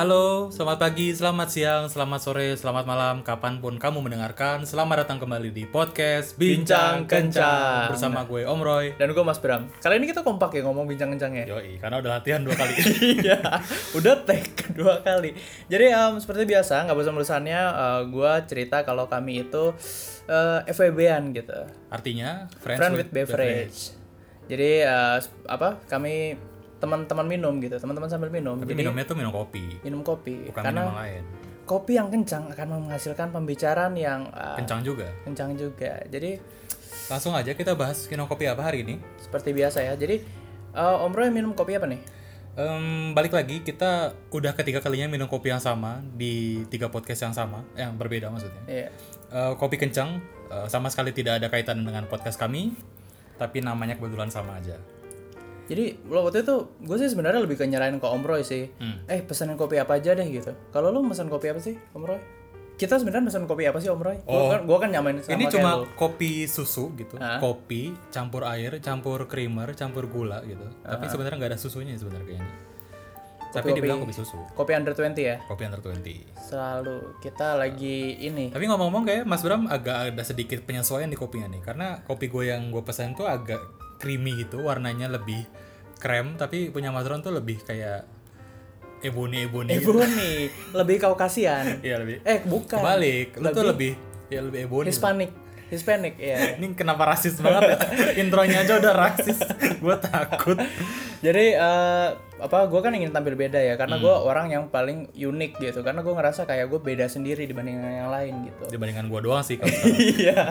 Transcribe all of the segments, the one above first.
Halo, selamat pagi, selamat siang, selamat sore, selamat malam, kapanpun kamu mendengarkan. Selamat datang kembali di podcast Bincang Kencang. bersama gue Om Roy. Dan gue Mas Bram. Kali ini kita kompak ya ngomong bincang-kencang ya. Yoi, karena udah latihan 2 kali. Iya, udah tag kedua kali. Jadi seperti biasa nggak bosan-bosannya gue cerita kalau kami itu FWB-an gitu. Artinya Friend with beverage. Jadi kami teman-teman minum gitu, teman-teman sambil minum. Tapi Jadi minumnya tuh minum kopi, minum kopi. bukan Karena minum yang lain. kopi yang kencang akan menghasilkan pembicaraan yang Kencang juga. kencang juga. Jadi Langsung aja kita bahas minum kopi apa hari ini. seperti biasa ya. Jadi Om Roy minum kopi apa nih? Balik lagi, kita udah ketiga kalinya minum kopi yang sama di 3 podcast yang sama, yang berbeda maksudnya. Iya. Kopi kencang, sama sekali tidak ada kaitan dengan podcast kami, tapi namanya kebetulan sama aja. Jadi waktu itu gue sih sebenarnya lebih ke nyerahin ke Om Roy sih. Pesenin kopi apa aja deh gitu. Kalau lu mesen kopi apa sih Om Roy? Kita sebenarnya mesen kopi apa sih Om Roy? Gue kan nyamain sama Ini kayak cuma lu. kopi susu gitu, kopi campur air, campur creamer, campur gula gitu. Tapi sebenarnya nggak ada susunya sebenarnya kayaknya. Tapi dibilang kopi susu, Kopi under 20 ya. kopi under 20. Selalu kita lagi ini. Tapi ngomong-ngomong kayak Mas Bram agak ada sedikit penyesuaian di kopinya nih, karena kopi gue yang gue pesan tuh agak creamy gitu, warnanya lebih krem, tapi punya Mas Bram tuh lebih kayak ebony gitu. Ebony, lebih Kaukasian. Iya lebih. Bukan. Kebalik, lu tuh lebih ebony. Hispanic ya. Ini kenapa rasis banget ya? Intronya aja udah rasis. Gue takut. Jadi gue kan ingin tampil beda ya, karena gue orang yang paling unik gitu, karena gue ngerasa kayak gue beda sendiri dibandingkan yang lain gitu. Dibandingkan gue doang sih kalau sekarang. Iya.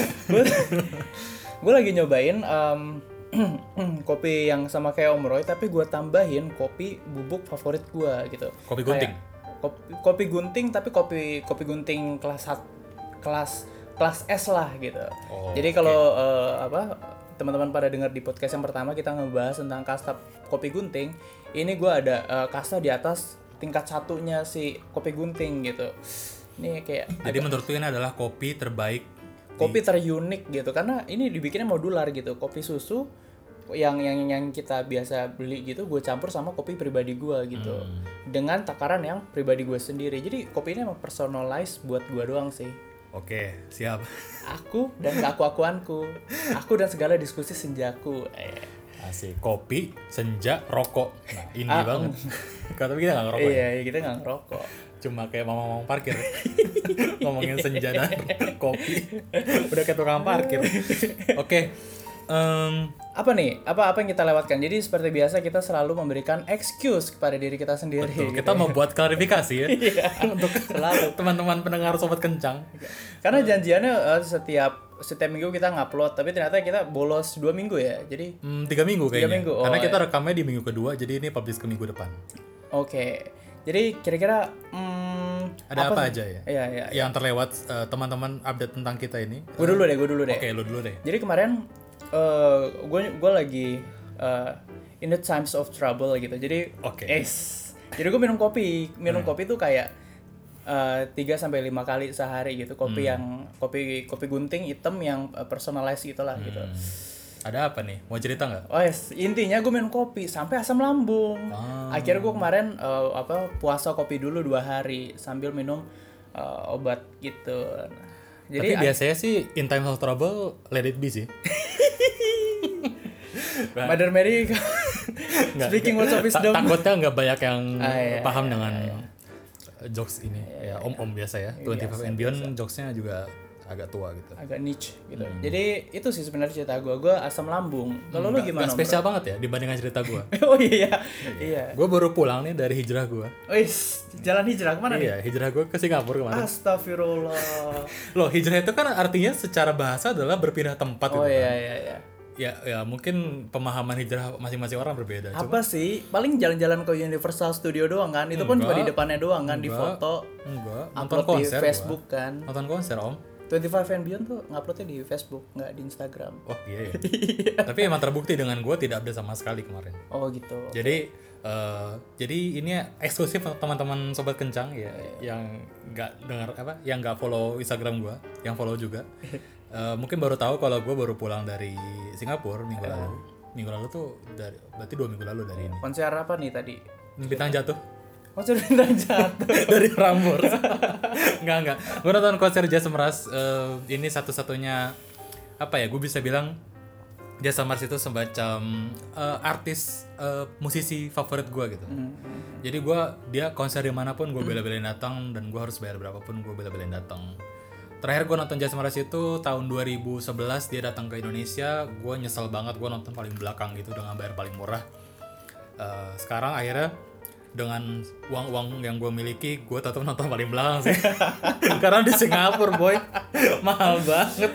Gue lagi nyobain kopi yang sama kayak Om Roy, tapi gue tambahin kopi bubuk favorit gue gitu. Kopi gunting. Kopi gunting, tapi kopi gunting kelas S lah gitu. Jadi kalau teman-teman pada dengar di podcast yang pertama kita ngebahas tentang kasta kopi gunting, ini gue ada kasta di atas tingkat satunya si kopi gunting gitu. Ini kayak Jadi menurut lu ini adalah kopi terbaik, kopi terunik gitu, karena ini dibikinnya modular gitu. Kopi susu yang kita biasa beli gitu gue campur sama kopi pribadi gue gitu, dengan takaran yang pribadi gue sendiri. Jadi kopi ini emang personalized buat gue doang sih. Oke, siap. Aku dan keaku-akuanku, aku dan segala diskusi senjaku. Asik. Kopi, senja, rokok. Nah, ini banget. Tapi kita nggak ngerokok. Iya, kita nggak ngerokok. Cuma kayak mama parkir. Ngomongin senja dan kopi. Udah kayak tukang parkir. Oke. Apa nih? Apa yang kita lewatkan? Jadi seperti biasa kita selalu memberikan excuse kepada diri kita sendiri. Betul, gitu. kita mau buat klarifikasi ya. Iya, untuk selalu Teman-teman pendengar Sobat Kencang. Karena janjiannya setiap minggu kita ngupload, tapi ternyata kita bolos 2 minggu ya. Jadi 3 minggu kayaknya. 3 minggu. Karena kita rekamnya di minggu kedua, jadi ini publish ke minggu depan. Oke. Jadi kira-kira ada apa aja ya? Iya. Yang terlewat teman-teman update tentang kita ini. Gue dulu deh. Oke, lu dulu deh. Jadi kemarin gue lagi in the times of trouble gitu. Jadi jadi gue minum kopi. Kopi tuh kayak 3-5 kali sehari gitu. Kopi yang kopi gunting hitam yang personalized gitulah gitu. Ada apa nih? Mau cerita nggak? Intinya gue minum kopi sampai asam lambung. Akhirnya gue kemarin puasa kopi dulu 2 hari sambil minum obat gitu. Jadi biasanya sih in time of trouble let it be sih. Mother Mary speaking words of wisdom. Takutnya nggak banyak yang paham dengan jokes ini. Ya om biasa ya. 25 and Beyond jokesnya juga agak tua gitu. Agak niche gitu. Jadi itu sih sebenarnya cerita gue asam lambung. Kalau lu gimana? Gak spesial banget ya dibandingkan cerita gue. Oh iya. Gue baru pulang nih dari hijrah gue. Jalan hijrah kemana nih? Iya, hijrah gue ke Singapura kemarin. Astagfirullah. Loh, hijrah itu kan artinya secara bahasa adalah berpindah tempat gitu kan. Iya. Ya mungkin pemahaman hijrah masing-masing orang berbeda. Apa sih? Paling jalan-jalan ke Universal Studio doang kan? Itu pun cuma di depannya doang kan, di foto. Enggak. Upload di Facebook kan. Nonton konser om. 25 and Beyond tuh nguploadnya di Facebook, nggak di Instagram. Oh iya ya. Tapi emang terbukti dengan gue tidak update sama sekali kemarin. Oh gitu. Jadi ini eksklusif teman-teman Sobat Kencang ya, yang nggak dengar yang nggak follow Instagram gue, yang follow juga. Mungkin baru tahu kalau gue baru pulang dari Singapura minggu lalu. Minggu lalu tuh berarti 2 minggu lalu dari ini. Konser apa nih tadi? Bintang Jatuh. Konser bintang jatuh. Dari Prambors. Enggak. Gue nonton konser Jason Mraz, ini satu-satunya apa ya? Gue bisa bilang Jason Mraz itu semacam artis musisi favorit gue gitu. Jadi dia konser dimanapun gue bela-belain datang, dan gue harus bayar berapapun gue bela-belain datang. Terakhir gue nonton Jason Mraz itu tahun 2011, dia datang ke Indonesia. Gue nyesel banget gue nonton paling belakang gitu dengan bayar paling murah. Sekarang akhirnya dengan uang yang gue miliki, gue tetap nonton paling belakang sih. Karena di Singapura boy, mahal banget.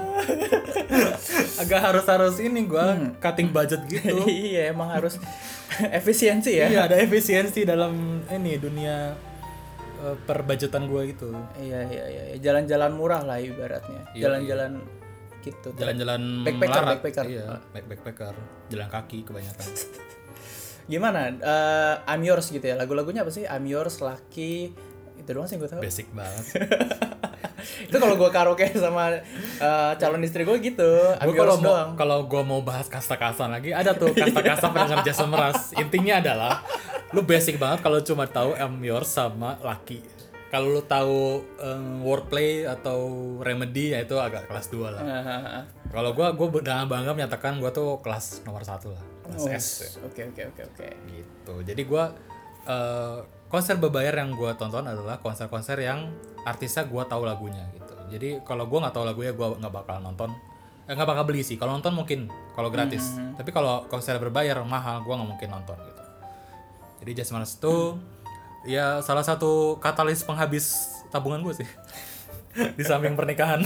Agak harus ini gue cutting budget gitu. Iya, emang harus efisiensi ya. Iya, ada efisiensi dalam ini dunia perbudgetan gue gitu. Iya. Jalan-jalan murah lah ibaratnya. Jalan-jalan gitu. Jalan-jalan backpacker. Iya, backpacker. Jalan kaki kebanyakan. Gimana? I'm Yours gitu ya. Lagu-lagunya apa sih? I'm Yours, Lucky. Itu doang sih gue tahu. Basic banget. Itu kalau gue karaoke sama calon istri gue gitu. I'm Yours doang. Kalau gue mau bahas kasta-kastaan lagi, ada tuh kasta-kasta pendengar Jason Mraz. Intinya adalah lu basic banget kalau cuma tahu I'm Yours sama Lucky. Kalau lu tahu Wordplay atau Remedy, ya itu agak kelas 2 lah. Kalau gue dengan bangga menyatakan gue tuh kelas nomor 1 lah. Kelas S. Oke. Gitu. Jadi gue konser berbayar yang gue tonton adalah konser-konser yang artisnya gue tahu lagunya gitu. Jadi kalau gue nggak tahu lagunya, gue nggak bakal nonton. Nggak bakal beli sih. Kalau nonton mungkin, kalau gratis. Tapi kalau konser berbayar mahal, gue nggak mungkin nonton gitu. Jadi Jason Mraz itu ya salah satu katalis penghabis tabungan gue sih. Di samping pernikahan.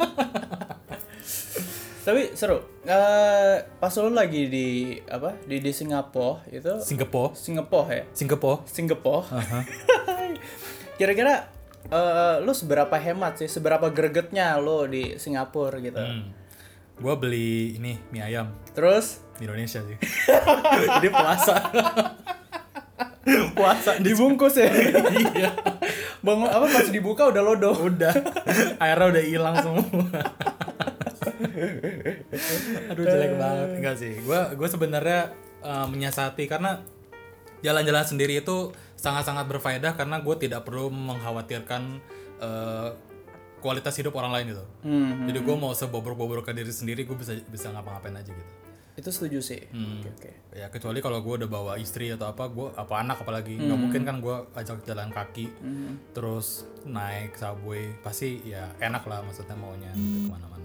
Tapi seru. Pas lu lagi di Singapura itu. Singapura ya. Singapura. Kira-kira lu seberapa hemat sih? Seberapa gregetnya lu di Singapura gitu? Gue beli ini mie ayam. Terus di Indonesia sih. Jadi puasa dibungkus ya. Iya. Bangun pas dibuka udah lodo. Udah. Airnya udah hilang semua. Aduh jelek banget. Enggak sih. Gue sebenarnya menyiasati, karena jalan-jalan sendiri itu sangat-sangat berfaedah, karena gue tidak perlu mengkhawatirkan kualitas hidup orang lain gitu. Jadi gue mau sebobrok-bobrok ke diri sendiri, gue bisa ngapa-ngapain aja gitu. Itu setuju sih. Oke. Ya kecuali kalau gue udah bawa istri atau apa anak apalagi, nggak mungkin kan gue ajak jalan kaki terus naik subway, pasti ya enak lah maksudnya maunya gitu kemana-mana.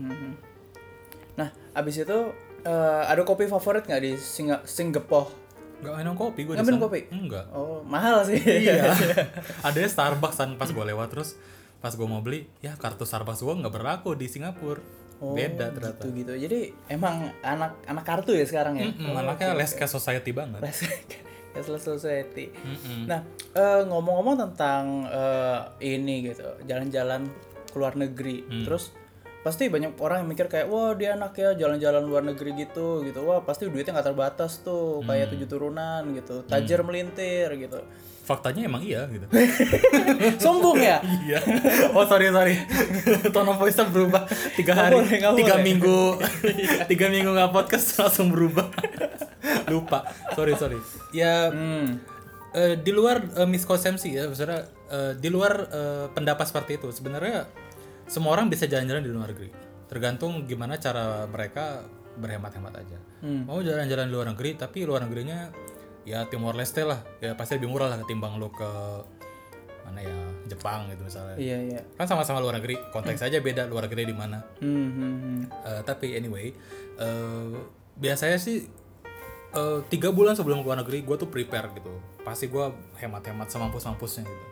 Nah abis itu ada kopi favorit nggak di Singapura? Nggak minum kopi gue. Nggak minum kopi? Enggak. Oh mahal sih. Iya. Adanya Starbucks kan pas gue lewat, terus pas gue mau beli, ya kartu Starbucks gue nggak berlaku di Singapura. Beda ternyata. Gitu. Jadi emang anak kartu ya sekarang ya. Anaknya less cash society banget. Less society. Nah ngomong-ngomong tentang ini gitu, jalan-jalan ke luar negeri, terus pasti banyak orang yang mikir kayak wah dia anak ya jalan-jalan luar negeri gitu, wah pasti duitnya nggak terbatas tuh, kayak 7 turunan gitu, tajir melintir gitu. Faktanya emang iya gitu. Sombong ya? Iya. Oh sorry. Tone of voice-nya berubah 3 hari, 3 minggu, 3 minggu nggak podcast langsung berubah. Lupa. Sorry. Ya di luar miskonsepsi ya, maksudnya di luar pendapat seperti itu, sebenarnya semua orang bisa jalan-jalan di luar negeri. Tergantung gimana cara mereka berhemat-hemat aja. Mau jalan-jalan di luar negeri, tapi luar negerinya ya Timor Leste lah, ya pasti lebih murah lah ketimbang lo ke mana ya, Jepang gitu misalnya. Iya. Kan sama-sama luar negeri, konteks aja beda luar negeri di mana. Tapi anyway, biasanya sih 3 bulan sebelum ke luar negeri gue tuh prepare gitu. Pasti gue hemat-hemat semampus-mampusnya gitu.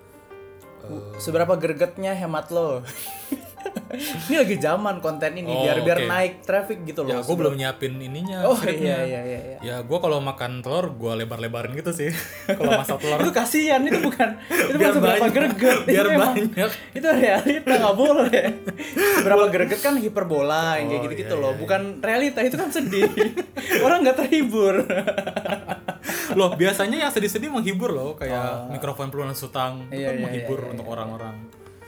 Seberapa gregetnya hemat lo? Ini lagi zaman konten ini biar naik traffic gitu loh. Ya gue belum nyiapin ininya. Oh iya. Ya gue kalau makan telur gue lebar-lebarin gitu sih. Kalau masak telur. Itu kasihan, itu bukan seberapa greget. Biar banyak. Itu realita, nggak boleh. Seberapa greget kan hiperbola yang kayak gitu-gitu loh. Bukan realita, itu kan sedih. Orang nggak terhibur. Loh biasanya yang sedih-sedih menghibur loh, kayak mikrofon pelunas utang itu kan menghibur untuk orang-orang.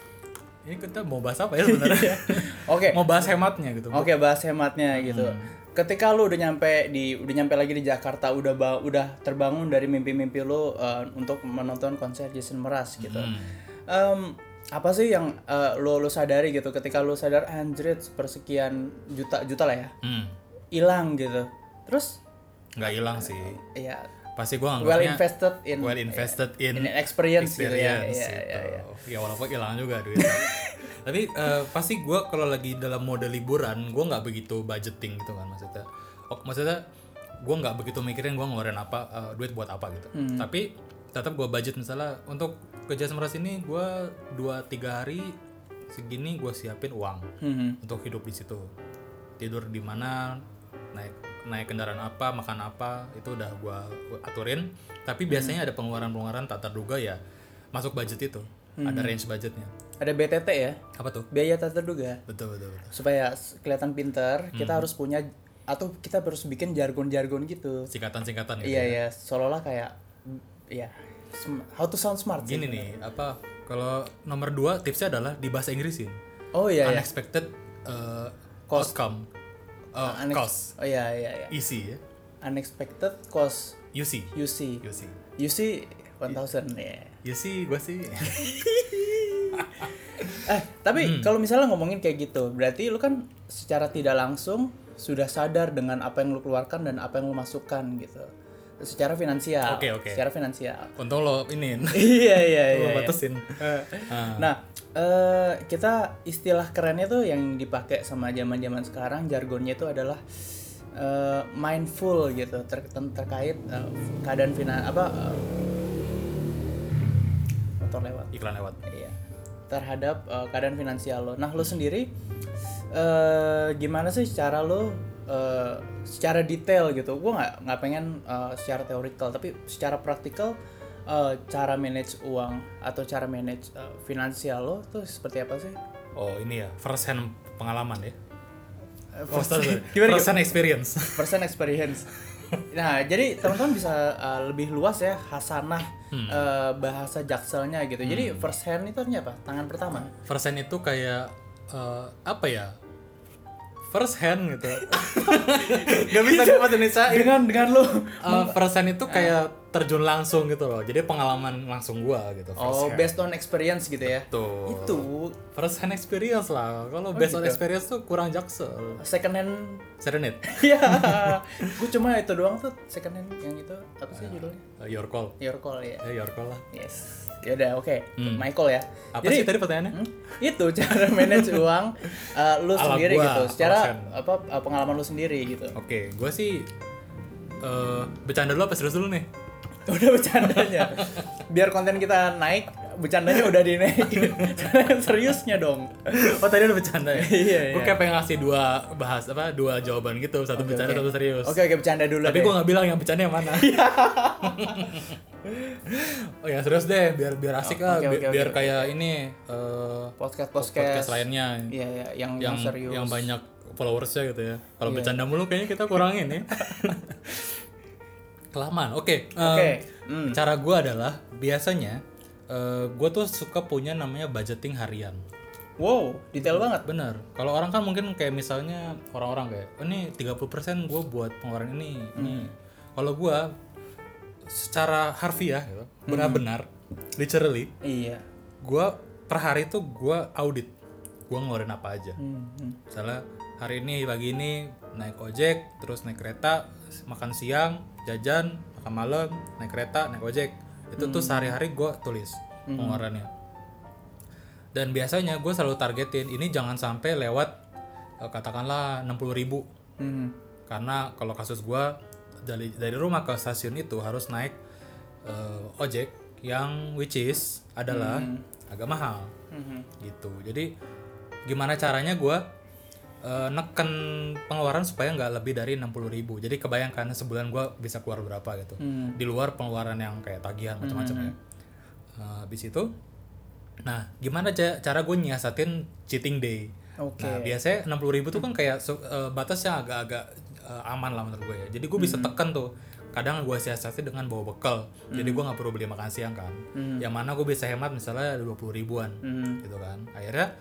Ini kita mau bahas apa ya sebenarnya? Oke. Mau bahas hematnya gitu. Oke, bahas hematnya gitu. ketika lu udah nyampe lagi di Jakarta, udah terbangun dari mimpi-mimpi lu untuk menonton konser Jason Mraz gitu. Apa sih yang lu sadari gitu ketika lu sadar anjir persekian juta lah ya hilang gitu, terus nggak hilang sih, iya pasti gue anggapnya well invested in experience gitu ya. Ya walaupun hilang juga duit. Tapi pasti gue kalau lagi dalam mode liburan gue nggak begitu budgeting gitu kan, maksudnya gue nggak begitu mikirin gue ngeluarin apa duit buat apa gitu. Tapi tetap gue budget, misalnya untuk ke Jason Mraz ini gue 2-3 hari segini gue siapin uang untuk hidup di situ, tidur di mana, naik kendaraan apa, makan apa, itu udah gue aturin. Tapi biasanya ada pengeluaran tak terduga ya masuk budget itu, ada range budgetnya. Ada BTT ya? Apa tuh? Biaya tak terduga. Betul. Supaya kelihatan pintar, kita harus punya, atau kita harus bikin jargon-jargon gitu. Singkatan gitu. Iya, seolah-olah kayak ya how to sound smart. Gini nih, kalau nomor 2 tipsnya adalah di bahasa Inggrisin. Oh iya. Unexpected outcome. Cost. Oh iya. Easy ya. Unexpected cost. UC 1000 ya. UC gue sih. Tapi kalau misalnya ngomongin kayak gitu, berarti lu kan secara tidak langsung sudah sadar dengan apa yang lu keluarkan dan apa yang lu masukkan gitu. Secara finansial. Oke. Secara finansial. Untung lo iniin. Iya. Lo batasin. Nah, kita istilah kerennya tuh yang dipakai sama zaman-zaman sekarang, jargonnya itu adalah mindful gitu terkait keadaan motor lewat. Iklan lewat. Iya. Terhadap keadaan finansial lo. Nah, lo sendiri gimana sih cara lo secara detail gitu? Gue nggak pengen secara teorikal, tapi secara praktikal cara manage uang atau cara manage finansial lo tuh seperti apa sih? Oh ini ya, first hand pengalaman ya. First hand experience. First hand experience. Nah, jadi teman-teman bisa lebih luas ya hasanah bahasa jakselnya gitu. Jadi first hand itu artinya apa? Tangan pertama. First hand itu kayak apa ya? First hand gitu. Gak bisa gue bahasa Indonesia. Dengan lo. First hand itu kayak terjun langsung gitu loh. Jadi pengalaman langsung gua gitu. Based on experience gitu ya. Tuh. Itu first hand experience lah. Kalau based on experience tuh kurang jaksel. Second hand. Iya. Gue cuma itu doang tuh second hand yang itu apa sih judulnya? Your call. Your call ya. Your call lah. Yes. Yaudah oke. My call ya. Apa sih tadi pertanyaannya? Itu cara manage uang lu sendiri gua, gitu. Secara pengalaman lu sendiri gitu. Oke, gue sih bercanda dulu apa serius dulu nih? Udah bercandanya. Biar konten kita naik, bercandanya udah dinaikin. Seriusnya dong. Oh tadi udah bercanda ya? Iya. Gue kayak pengen ngasih dua jawaban gitu, satu bercanda satu serius. Oke, bercanda dulu. Tapi gue nggak bilang yang bercanda yang mana. Oh ya serius deh, biar asik lah, biar kayak ini podcast lainnya. Iya, yang serius. Yang banyak followersnya gitu ya. Kalau bercanda mulu kayaknya kita kurangin ya. Kelamaan. Oke. Cara gue adalah biasanya gue tuh suka punya namanya budgeting harian. Wow, detail banget. Bener. Kalau orang kan mungkin kayak misalnya orang-orang kayak ini 30% gue buat pengeluaran ini. Kalau gue secara harfiah gitu, benar-benar literally. Iya. Gue per hari tuh gue audit. Gue ngeluarin apa aja. Misalnya hari ini pagi ini naik ojek, terus naik kereta, makan siang, jajan, makan malam, naik kereta, naik ojek. Itu tuh sehari-hari gue tulis pengeluarannya. Dan biasanya gue selalu targetin ini jangan sampai lewat katakanlah 60.000. Karena kalau kasus gue dari rumah ke stasiun itu harus naik ojek yang which is adalah agak mahal. Gitu. Jadi gimana caranya gue neken pengeluaran supaya nggak lebih dari 60.000. Jadi kebayangkan sebulan gue bisa keluar berapa gitu. Di luar pengeluaran yang kayak tagihan macam-macam ya. Habis itu, nah gimana cara gue nyiasatin cheating day? Nah biasanya 60.000 tuh kan kayak batas yang agak-agak aman lah menurut gue ya. Jadi gue bisa tekan tuh. Kadang gue siasati dengan bawa bekal. Jadi gue nggak perlu beli makan siang kan. Yang mana gue bisa hemat misalnya 20.000-an gitu kan. Akhirnya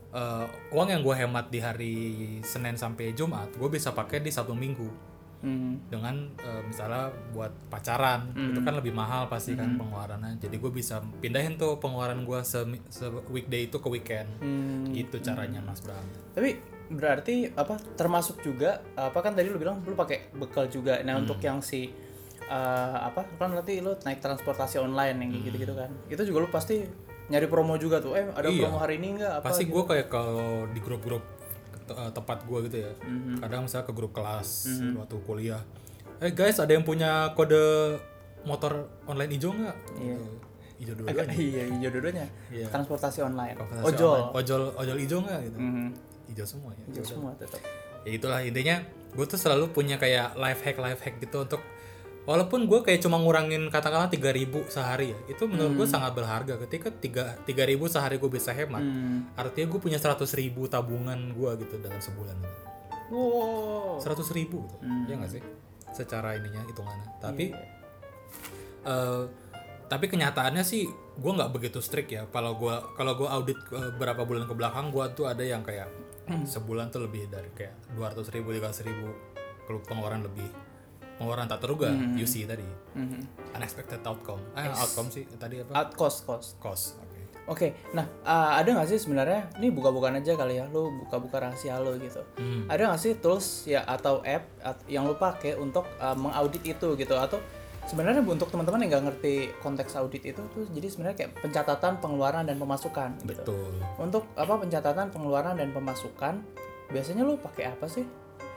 uang yang gue hemat di hari Senin sampai Jumat gue bisa pakai di Sabtu Minggu. Dengan misalnya buat pacaran itu kan lebih mahal pasti kan pengeluarannya, jadi gue bisa pindahin tuh pengeluaran gue se weekday itu ke weekend. Gitu caranya Mas Bram. Tapi berarti apa termasuk juga apa kan tadi lu bilang lu pakai bekal juga. Nah untuk yang si apa kan nanti lu naik transportasi online yang gitu-gitu kan, itu juga lu pasti nyari promo juga tuh, ada promo hari ini enggak apa pasti gitu. gue kayak kalau di grup-grup tempat gue gitu ya, kadang misalnya ke grup kelas waktu kuliah, guys ada yang punya kode motor online hijau nggak? Gitu. Hijau dua-duanya. Iya hijau dua-duanya. Transportasi online. Ojol hijau nggak gitu? Hijau semua ya. Hijau semua tetap. Ya itulah intinya, gue tuh selalu punya kayak life hack gitu untuk, walaupun gue kayak cuma ngurangin katakanlah 3.000 sehari ya, itu menurut gue sangat berharga. Ketika 3.000 sehari gue bisa hemat, artinya gue punya 100.000 tabungan gue gitu dalam sebulan. Wow. 100.000 gitu, ya nggak sih? Secara ininya hitungannya. Tapi kenyataannya sih gue nggak begitu strict ya. Kalau gue audit berapa bulan ke belakang, gue tuh ada yang kayak sebulan tuh lebih dari kayak 200.000, 300.000 pengeluaran lebih. Pengeluaran tak terduga, UC tadi. Unexpected outcome. Outcome sih tadi apa? Cost. Oke. Nah, ada nggak sih sebenarnya? Ini buka-bukaan aja kali ya. Lu buka-buka rahasia lo gitu. Ada nggak sih tools ya atau app yang lu pakai untuk mengaudit itu gitu? Atau sebenarnya untuk teman-teman yang nggak ngerti konteks audit itu tuh, jadi sebenarnya kayak pencatatan pengeluaran dan pemasukan. Gitu. Betul. Untuk apa pencatatan pengeluaran dan pemasukan? Biasanya lu pakai apa sih?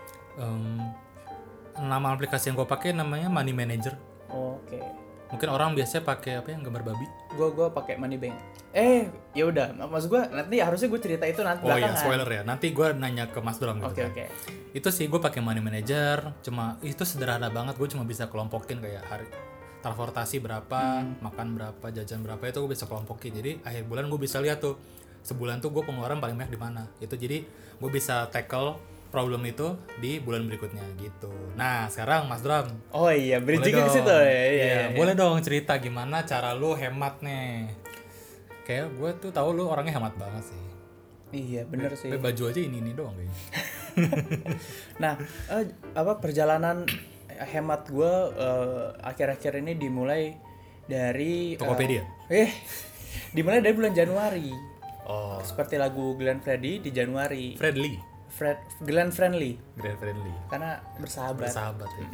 Nama aplikasi yang gue pakai namanya Money Manager. Oke. Mungkin orang biasanya pakai apa yang gambar babi? Gue pakai Moneybank. Ya udah, maksud gue nanti harusnya gue cerita itu nanti belakangan. Iya, spoiler ya. Nanti gue nanya ke Mas Bram gitu. Oke. Itu sih gue pakai Money Manager, cuma itu sederhana banget. Gue cuma bisa kelompokin kayak hari transportasi berapa, makan berapa, jajan berapa, itu gue bisa kelompokin. Jadi akhir bulan gue bisa lihat tuh sebulan tuh gue pengeluaran paling banyak di mana. Itu jadi gue bisa tackle problem itu di bulan berikutnya gitu. Nah sekarang Mas Bram. Oh iya, bridging ke situ ya. Boleh dong cerita gimana cara lu hemat nih. Kayak gue tuh tahu lu orangnya hemat banget sih. Iya bener sih. Baju aja ini doang kayaknya. Nah perjalanan hemat gue akhir-akhir ini dimulai dari Tokopedia. Dimulai dari bulan Januari. Oh. Seperti lagu Glenn Fredly di Januari. Glenn Friendly. Karena bersahabat ya.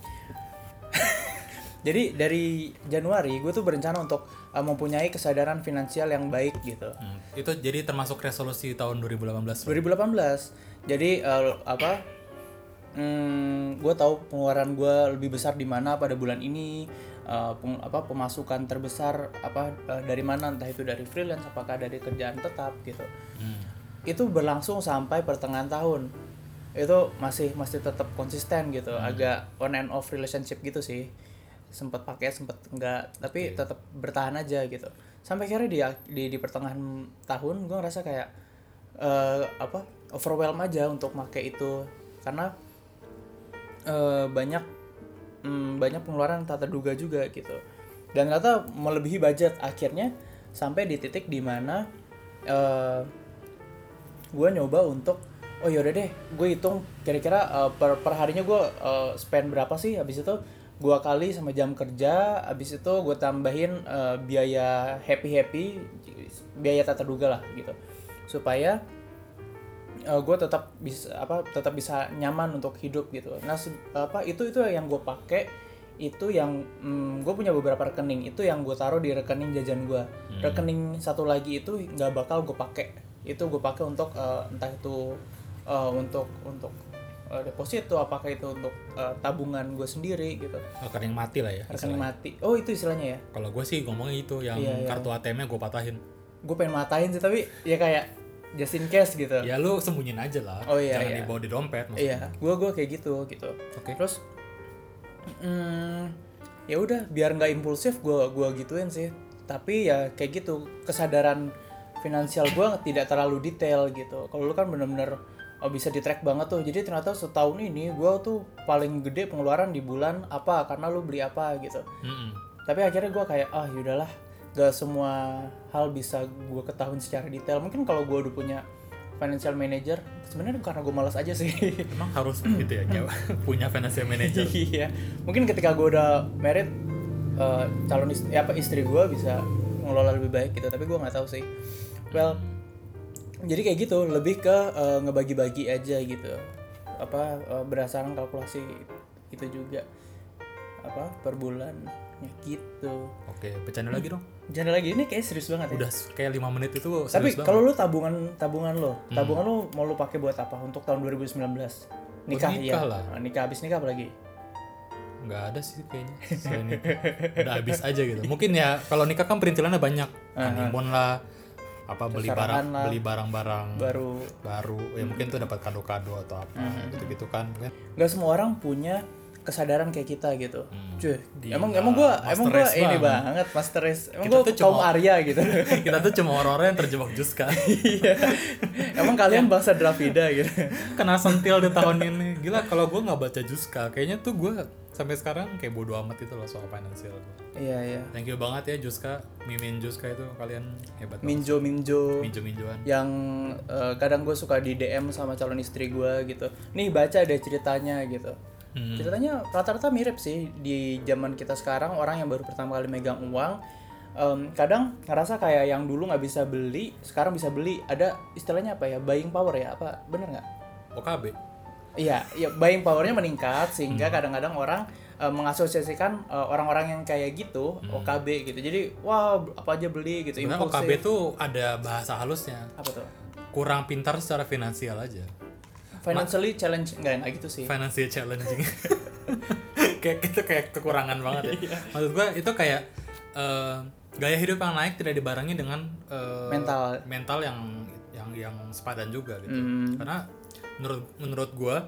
Jadi dari Januari gue tuh berencana untuk mempunyai kesadaran finansial yang baik gitu. Itu jadi termasuk resolusi tahun 2018. Jadi gue tahu pengeluaran gue lebih besar di mana pada bulan ini, pemasukan terbesar dari mana, entah itu dari freelance apakah dari kerjaan tetap gitu. Itu berlangsung sampai pertengahan tahun. Itu masih tetap konsisten gitu. Agak on and off relationship gitu sih. Sempat pakai, sempat enggak, tapi tetap bertahan aja gitu. Sampai akhirnya di pertengahan tahun gue ngerasa kayak overwhelm aja untuk pakai itu, karena banyak pengeluaran tak terduga juga gitu. Dan ternyata melebihi budget. Akhirnya sampai di titik dimana gue nyoba untuk yaudah deh, gue hitung kira-kira per harinya gue spend berapa sih. Habis itu gue kali sama jam kerja, habis itu gue tambahin biaya happy biaya tak terduga lah gitu, supaya gue tetap bisa nyaman untuk hidup gitu. Nah itu yang gue pakai, itu yang gue punya beberapa rekening, itu yang gue taruh di rekening jajan gue. Rekening satu lagi itu nggak bakal gue pakai, itu gue pakai untuk entah itu untuk deposito, apakah itu untuk tabungan gue sendiri gitu. Rekening mati lah ya. Rekening mati. Oh itu istilahnya ya. Kalau gue sih ngomongnya itu yang kartu ATM-nya gue patahin. Gue pengen matahin sih, tapi ya kayak just in case gitu. Ya lu sembunyiin aja lah. Jangan dibawa di dompet maksudnya. Iya, gue kayak gitu. Okay. Terus ya udah biar nggak impulsif gue gituin sih. Tapi ya kayak gitu, kesadaran finansial gue tidak terlalu detail gitu. Kalau lu kan bener-bener bisa di-track banget tuh. Jadi ternyata setahun ini gue tuh paling gede pengeluaran di bulan apa, karena lu beli apa gitu. Tapi akhirnya gue kayak yaudahlah, gak semua hal bisa gue ketahuin secara detail. Mungkin kalau gue udah punya financial manager. Sebenarnya karena gue malas aja sih. Emang harus gitu ya nyawa punya financial manager. Iya, mungkin ketika gue udah married, calon istri gue bisa ngelola lebih baik gitu, tapi gue nggak tahu sih. Well, jadi kayak gitu, lebih ke ngebagi-bagi aja gitu, berdasarkan kalkulasi itu juga per bulan gitu. Oke, bercanda lagi dong. Bercanda lagi, ini kayak serius banget ya. Udah kayak 5 menit itu serius Tapi banget. kalau lu tabungan lo mau lu pakai buat apa untuk tahun 2019? Nikah ya. lah. Nikah, habis nikah apa lagi? Nggak ada sih kayaknya selain itu. Udah habis aja gitu. Mungkin ya kalau nikah kan perintilannya banyak. Honeymoon lah, beli barang-barang baru. Ya mungkin tuh dapat kado-kado atau apa gitu-gitu kan. Nggak semua orang punya kesadaran kayak kita gitu. Cuy, Gila, emang gua ini banget master race. Emang gua kaum Arya gitu. Kita tuh cuma orang-orang yang terjebak Juska. Iya. Emang kalian bangsa Dravida gitu. Kena sentil di tahun ini. Gila, kalau gua nggak baca Juska, kayaknya tuh gua sampai sekarang kayak bodo amat itu loh soal finansial. Iya. Thank you banget ya Juska, Mimin Juska itu kalian hebat banget. Minjo-minjoan. Yang kadang gue suka di DM sama calon istri gue gitu. Nih baca deh ceritanya gitu. Ceritanya rata-rata mirip sih di zaman kita sekarang. Orang yang baru pertama kali megang uang kadang ngerasa kayak yang dulu nggak bisa beli sekarang bisa beli. Ada istilahnya apa ya, buying power ya, apa bener nggak? OKB. Iya, buying powernya meningkat sehingga kadang-kadang orang mengasosiasikan orang-orang yang kayak gitu OKB gitu. Jadi wah apa aja beli gitu. Sebenarnya OKB tuh ada bahasa halusnya. Apa tuh? Kurang pintar secara finansial aja. Financially challenge enggak gitu sih. Financial challenging. Kayak gitu, kayak kekurangan banget ya. Maksud gua itu kayak gaya hidup yang naik tidak dibarengi dengan mental yang sepadan juga gitu. Karena menurut gua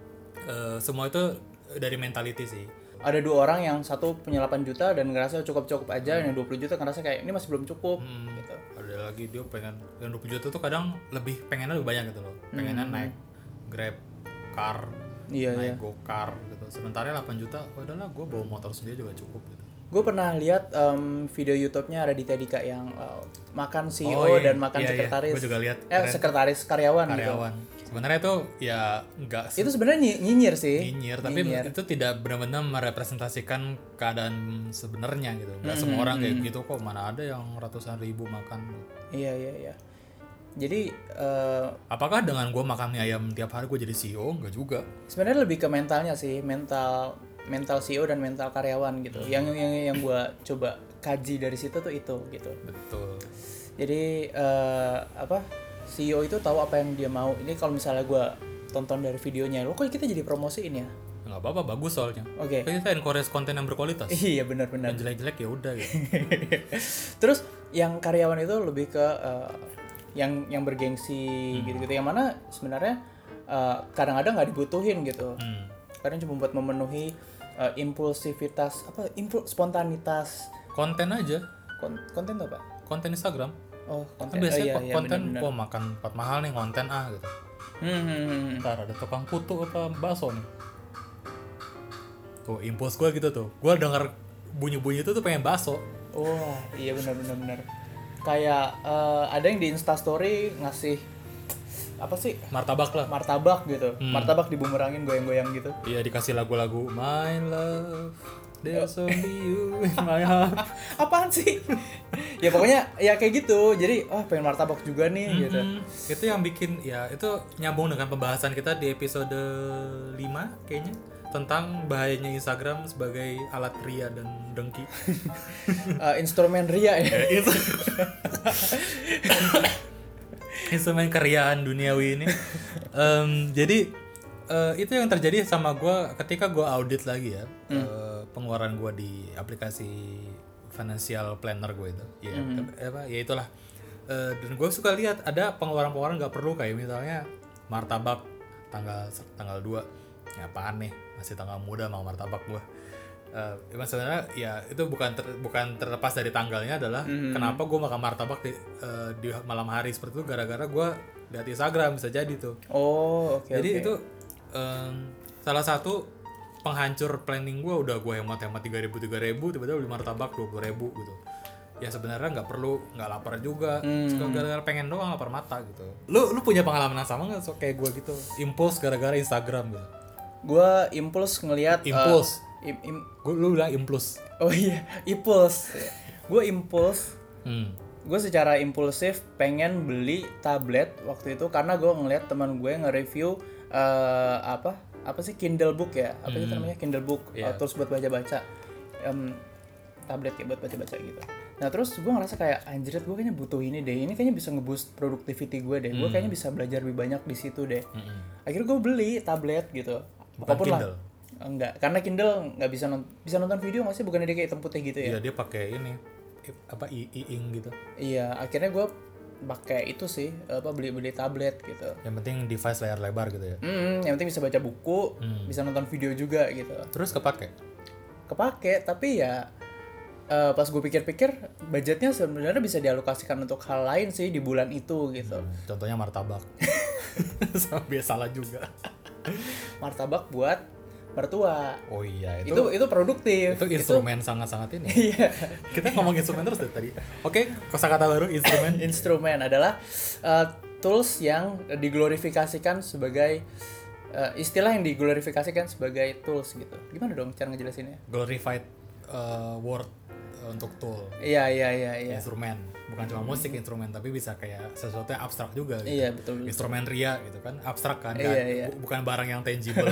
semua itu dari mentality sih. Ada 2 orang yang satu punya 8 juta dan ngerasa cukup aja, yang 20 juta ngerasa kayak ini masih belum cukup gitu. Ada lagi dia pengen yang 20 juta tuh kadang pengennya lebih banyak gitu loh. Pengennya naik Grab car, naik go-car gitu. Sementara 8 juta, udahlah gue bawa motor sendiri juga cukup gitu. Gue pernah lihat video YouTube-nya Raditya Dika yang makan CEO dan makan sekretaris. Gue juga lihat. Sekretaris karyawan gitu. Sebenarnya itu ya enggak. Itu sebenarnya nyinyir sih. Tapi itu tidak benar-benar merepresentasikan keadaan sebenarnya gitu. Enggak semua orang kayak gitu kok. Mana ada yang ratusan ribu makan. Iya. Jadi apakah dengan gue makan mie ayam tiap hari gue jadi CEO? Enggak juga. Sebenarnya lebih ke mentalnya sih, mental CEO dan mental karyawan gitu. Yang gue coba kaji dari situ tuh itu gitu. Betul. Jadi CEO itu tahu apa yang dia mau. Ini kalau misalnya gue tonton dari videonya, lo kok kita jadi promosiin ya? Nggak apa-apa, bagus soalnya. Oke. Kita encourage konten yang berkualitas. Iya benar-benar. Yang jelek-jelek ya udah gitu. Terus yang karyawan itu lebih ke yang bergengsi gitu-gitu. Yang mana sebenarnya kadang-kadang nggak dibutuhin gitu. Kadang cuma buat memenuhi impulsivitas, spontanitas. Konten aja. Konten tuh apa? Konten Instagram. Oh, konten. Kan biasanya konten, bener. makan tempat mahal nih, konten gitu. Ntar ada tukang putu apa bakso nih. Tuh, impuls gue gitu tuh. Gue denger bunyi-bunyi itu tuh pengen bakso. Wah, iya benar. Kayak ada yang di Instastory ngasih apa sih? Martabak lah. Martabak gitu. Martabak dibumerangin goyang-goyang gitu. Iya, dikasih lagu-lagu My Love, There's Only You in My Heart. Apaan sih? Ya pokoknya ya kayak gitu. Jadi pengen martabak juga nih gitu. Itu yang bikin ya itu nyambung dengan pembahasan kita di episode 5 kayaknya tentang bahayanya Instagram sebagai alat ria dan dengki. Instrumen ria ya. Instrumen keriaan duniawi ini. Jadi itu yang terjadi sama gue ketika gue audit lagi ya pengeluaran gue di aplikasi financial planner gue itu. Ya itulah. Dan gue suka lihat ada pengeluaran nggak perlu kayak misalnya martabak tanggal 2. Ya apaan nih, masih tanggal muda mau martabak gue. Sebenarnya ya itu bukan terlepas dari tanggalnya adalah kenapa gue makan martabak di malam hari seperti itu gara-gara gue lihat Instagram, bisa jadi tuh. Jadi itu salah satu penghancur planning gue. Udah gue hemat 3.000 tiba-tiba beli martabak 20.000 gitu. ya sebenarnya nggak lapar juga, gara-gara pengen doang lapar mata gitu. Lu punya pengalaman yang sama nggak kayak gue gitu, impuls gara-gara Instagram gitu? Gue impuls ngelihat Impuls. Lu bilang impuls. oh iya, impuls. Gue impuls. Gue secara impulsif pengen beli tablet waktu itu karena gue ngeliat teman gue nge-review apa sih Kindle book ya, apa itu namanya Kindle book, terus buat baca-baca, tablet kayak buat baca-baca gitu. Nah terus gue ngerasa kayak anjir, gue kayaknya butuh ini deh, ini kayaknya bisa nge-boost productivity gue deh, gue kayaknya bisa belajar lebih banyak di situ deh. Akhirnya gue beli tablet gitu. Bukan Kindle? Enggak, karena Kindle nggak bisa nonton video, masih bukannya dia kayak hitam putih gitu ya? Iya, dia pakai ini apa e-ink gitu. Iya, akhirnya gue pakai itu sih, beli tablet gitu. Yang penting device layar lebar gitu ya. Yang penting bisa baca buku, bisa nonton video juga gitu. Terus kepake, tapi ya pas gue pikir-pikir budgetnya sebenarnya bisa dialokasikan untuk hal lain sih di bulan itu gitu. Contohnya martabak. Sama biasalah juga. Martabak buat mertua. Oh iya, itu produktif. Itu instrumen sangat-sangat ini. Iya. Kita ngomong instrumen terus dari tadi. Oke, kosakata baru instrumen. Instrumen adalah tools yang diglorifikasikan sebagai istilah yang diglorifikasikan sebagai tools gitu. Gimana dong cara ngejelasinnya? Glorified word untuk tool. Iya. Instrumen, bukan cuma musik instrumen, tapi bisa kayak sesuatu yang abstrak juga gitu. Iya, betul. Instrumen ria gitu kan, abstrak kan, Iya. Bukan barang yang tangible.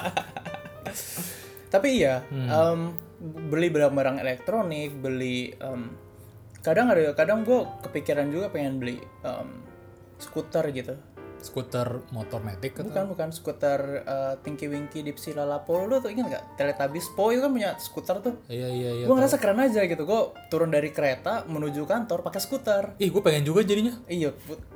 Tapi iya, beli barang elektronik, kadang gue kepikiran juga pengen beli skuter gitu. Skuter motor matic atau? Bukan skuter Tinky Winky Dipsy Lalapo. Lu tuh ingat gak? Teletubbies Po itu kan punya skuter tuh. Iya. Gue ngerasa keren aja gitu. Gue turun dari kereta menuju kantor pakai skuter. Ih, gue pengen juga jadinya. Iya.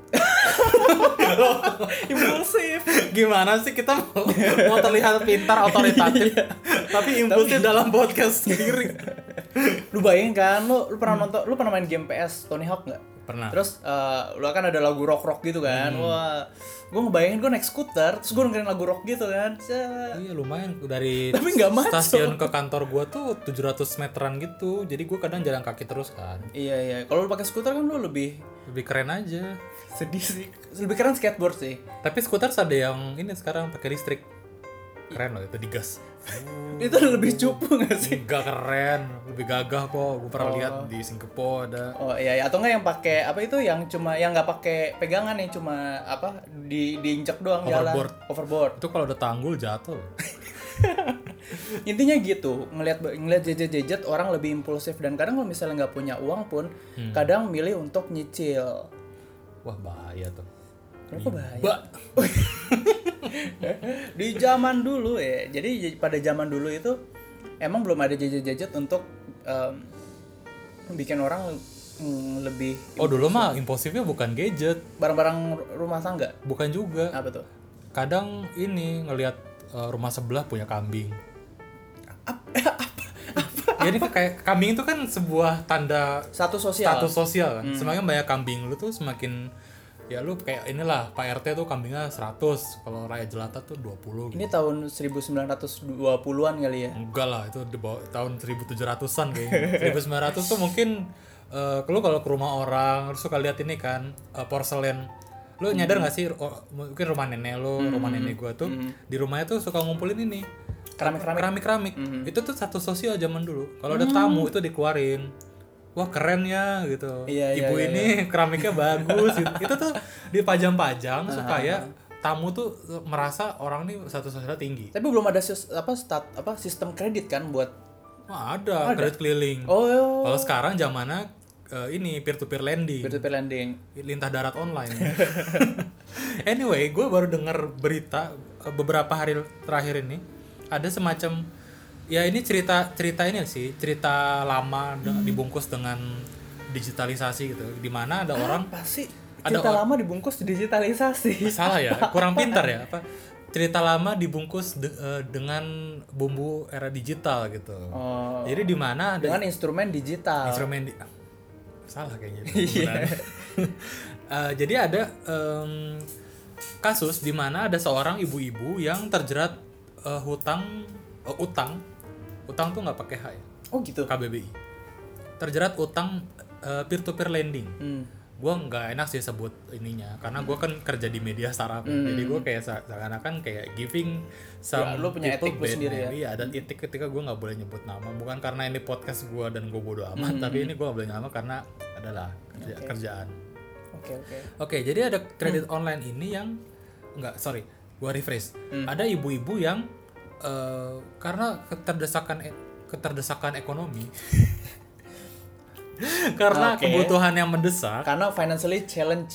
Impulsif. Gimana sih kita mau terlihat pintar, otoritatif, tapi impulsif dalam podcast sendiri. Lu bayangin kan, lu pernah nonton, lu pernah main game PS Tony Hawk nggak? Pernah. Terus lu kan ada lagu rock gitu kan. Wah, gue ngebayangin gue naik skuter, terus gue dengerin lagu rock gitu kan. Iya lumayan, dari tapi nggak masuk. Stasiun ke kantor gue tuh 700 meteran gitu. Jadi gue kadang jalan kaki terus kan. Iya. Kalau lu pakai skuter kan lu lebih keren aja. Sedih sih. Lebih keren skateboard sih. Tapi skuter ada yang ini sekarang pakai listrik. Keren loh itu, digas. Itu lebih cupu gak sih? Enggak, keren, lebih gagah kok. Gue pernah lihat di Singapura ada. Oh iya, atau enggak yang pakai apa itu yang cuma yang nggak pakai pegangan, yang cuma apa diinjak doang jalan. Overboard. Itu kalau udah tanggul jatuh. Intinya gitu, ngelihat jejet orang lebih impulsif, dan kadang kalau misalnya nggak punya uang pun kadang milih untuk nyicil. Wah, bahaya tuh. Kenapa bahaya? Di zaman dulu ya. Jadi pada zaman dulu itu emang belum ada gadget untuk bikin orang lebih. Oh, dulu mah impulsifnya bukan gadget, barang-barang rumah tangga. Bukan juga. Apa tuh? Kadang ini ngelihat rumah sebelah punya kambing. Jadi kayak kambing itu kan sebuah tanda status sosial kan. Semakin banyak kambing lu tuh semakin, ya lu kayak inilah Pak RT tuh kambingnya 100, kalau rakyat jelata tuh 20 gitu. Ini tahun 1920-an kali ya? Enggak lah, itu di bawah tahun 1700-an kayaknya. 1900 tuh mungkin lu kalau ke rumah orang lu suka lihat ini kan, porselen. Lu nyadar gak sih, mungkin rumah nenek lu, rumah nenek gua tuh di rumahnya tuh suka ngumpulin ini keramik. Itu tuh satu sosial zaman dulu. Kalau ada tamu itu dikeluarin. Wah, keren ya gitu. Ibu ini keramiknya bagus gitu. Itu tuh dipajang-pajang supaya tamu tuh merasa orang ini satu sosial tinggi. Tapi belum ada sistem kredit kan buat. Ada kredit keliling. Oh. Kalau sekarang zamannya ini peer-to-peer lending. Lintah darat online. Anyway, gue baru dengar berita beberapa hari terakhir ini. Ada semacam, ya ini cerita ini sih, cerita lama dibungkus dengan digitalisasi gitu. Di mana ada orang pasti cerita lama dibungkus digitalisasi. Salah ya, kurang pintar ya. Cerita lama dibungkus dengan bumbu era digital gitu. Jadi di mana ada dengan instrumen digital. Salah kayaknya. Jadi ada kasus di mana ada seorang ibu-ibu yang terjerat utang tuh nggak pakai H ya. Oh gitu. KBBI terjerat utang peer to peer lending. Gue nggak enak sih sebut ininya karena gue kan kerja di media startup, jadi gue kayak seakan-akan kayak giving some lu punya people etik lu sendiri ya. Iya, ada etik ketika gue nggak boleh nyebut nama, bukan karena ini podcast gue dan gue bodo amat, tapi ini gue nggak boleh nama karena adalah kerjaan. Oke, jadi ada kredit online ini yang gue rephrase. Ada ibu-ibu yang karena keterdesakan ekonomi karena kebutuhan yang mendesak, karena financially challenge,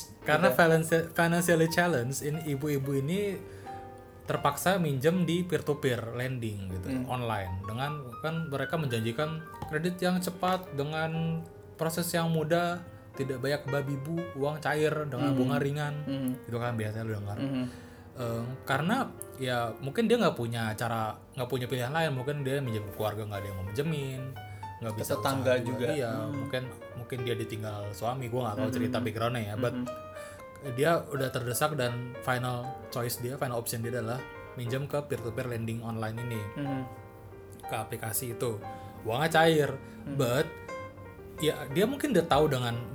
ini ibu-ibu ini terpaksa minjem di peer to peer lending gitu, online, dengan kan mereka menjanjikan kredit yang cepat dengan proses yang mudah, tidak banyak babi bu, uang cair dengan bunga ringan, itu kan biasanya lu dengar. Karena ya mungkin dia nggak punya pilihan lain, mungkin dia minjem ke keluarga, nggak ada yang mau minjemin, nggak bisa tetangga juga. Iya, mungkin dia ditinggal suami, gue nggak tahu cerita backgroundnya ya, but dia udah terdesak dan final option dia adalah minjem ke peer to peer lending online ini, ke aplikasi itu, uangnya cair, but ya dia mungkin udah tahu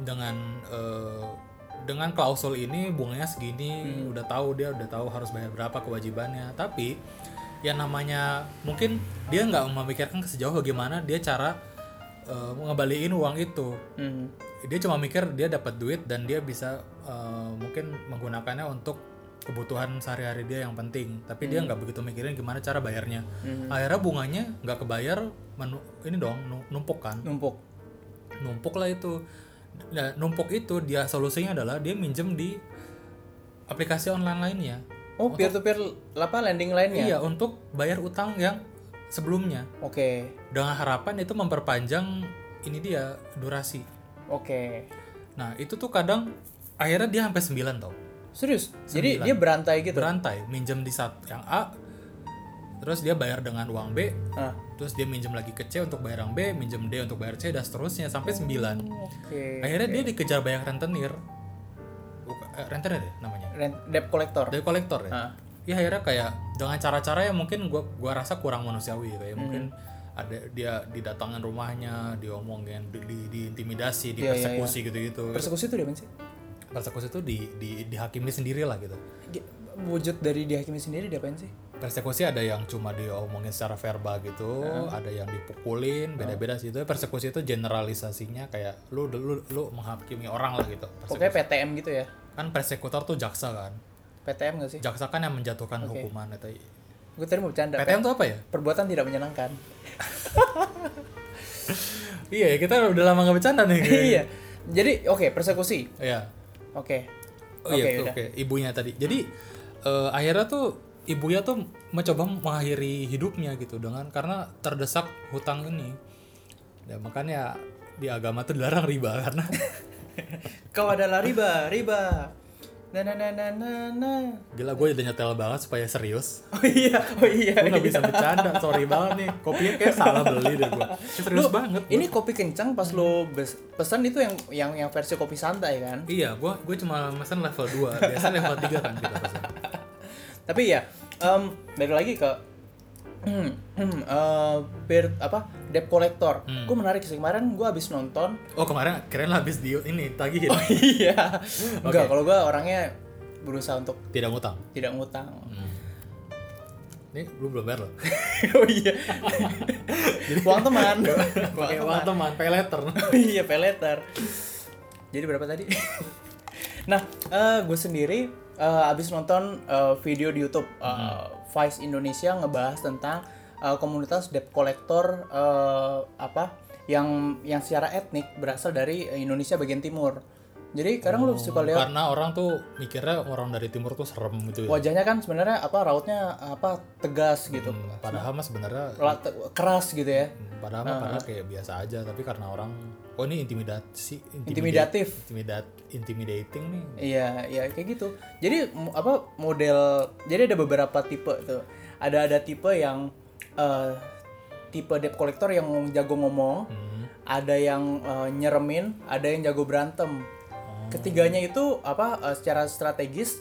dengan klausul ini bunganya segini, udah tahu harus bayar berapa kewajibannya, tapi ya namanya mungkin dia nggak memikirkan sejauh bagaimana dia cara ngembaliin uang itu. Dia cuma mikir dia dapat duit dan dia bisa mungkin menggunakannya untuk kebutuhan sehari-hari dia yang penting, tapi dia nggak begitu mikirin gimana cara bayarnya. Akhirnya bunganya nggak kebayar, numpuk lah itu. Nah, numpuk itu dia solusinya adalah dia minjem di aplikasi online lainnya. Peer to peer lending lainnya. Iya, untuk bayar utang yang sebelumnya. Dengan harapan itu memperpanjang durasi. Nah, itu tuh kadang akhirnya dia sampai 9 tau. Serius? 9. Jadi dia berantai gitu? Berantai, minjem di saat yang A, terus dia bayar dengan uang B, terus dia minjem lagi ke C untuk bayar yang B, minjem D untuk bayar C, dan seterusnya sampai 9. Akhirnya dia dikejar banyak rentenir. Rentenir ya namanya? Debt collector ya? Ya akhirnya kayak dengan cara-cara yang mungkin gua rasa kurang manusiawi, kayak mungkin ada dia didatangin rumahnya, diomongin, diintimidasi, dipersekusi gitu-gitu. Persekusi itu apa sih? Persekusi itu dihakimi sendiri lah gitu. Wujud dari dihakimi sendiri diapain sih? Persekusi ada yang cuma diomongin secara verbal gitu, ada yang dipukulin, beda-beda sih. Itu persekusi itu generalisasinya kayak lu menghakimi orang lah gitu. Pokoknya PTM gitu ya? Kan persekutor tuh jaksa kan? PTM nggak sih? Jaksa kan yang menjatuhkan hukuman itu. Gue tadi mau bercanda. PTM tuh apa ya? Perbuatan tidak menyenangkan. Iya, kita udah lama nggak bercanda nih. Iya. Jadi persekusi. Iya. Oke. Ibunya tadi. Jadi akhirnya tuh ibunya tuh mencoba mengakhiri hidupnya gitu karena terdesak hutang ini. Ya makanya di agama tuh dilarang riba karena kau adalah riba. Gila, gue udah nyetel banget supaya serius. Oh iya. Gue nggak bisa bercanda, sorry banget nih. Kopinya kayak salah beli deh gue. Serius banget. Ini kopi kencang pas lo pesan itu yang versi kopi santai kan? Iya, gue cuma pesan level 2. Biasa level 3 kan kita pesan. Tapi ya, balik lagi ke debt collector. Gue menarik sih, kemarin gue habis nonton. Kemarin keren lah habis ini tagihin. Oh iya. Enggak, kalau gue orangnya berusaha untuk tidak ngutang. Ini belum bayar loh. Oh iya. Uang teman. Uang teman, pay letter. Iya, pay letter. Jadi berapa tadi? Nah, gue sendiri abis nonton video di YouTube Vice Indonesia ngebahas tentang komunitas debt collector yang secara etnik berasal dari Indonesia bagian timur. Jadi kadang lu suka lihat karena orang tuh mikirnya orang dari timur tuh serem gitu ya. Wajahnya kan sebenarnya rautnya tegas gitu. Padahal mah sebenarnya keras gitu ya. Padahal kayak biasa aja, tapi karena orang ini intimidating nih. Iya kayak gitu. Jadi jadi ada beberapa tipe tuh. Ada tipe yang tipe debt collector yang jago ngomong, ada yang nyeremin, ada yang jago berantem. Ketiganya itu secara strategis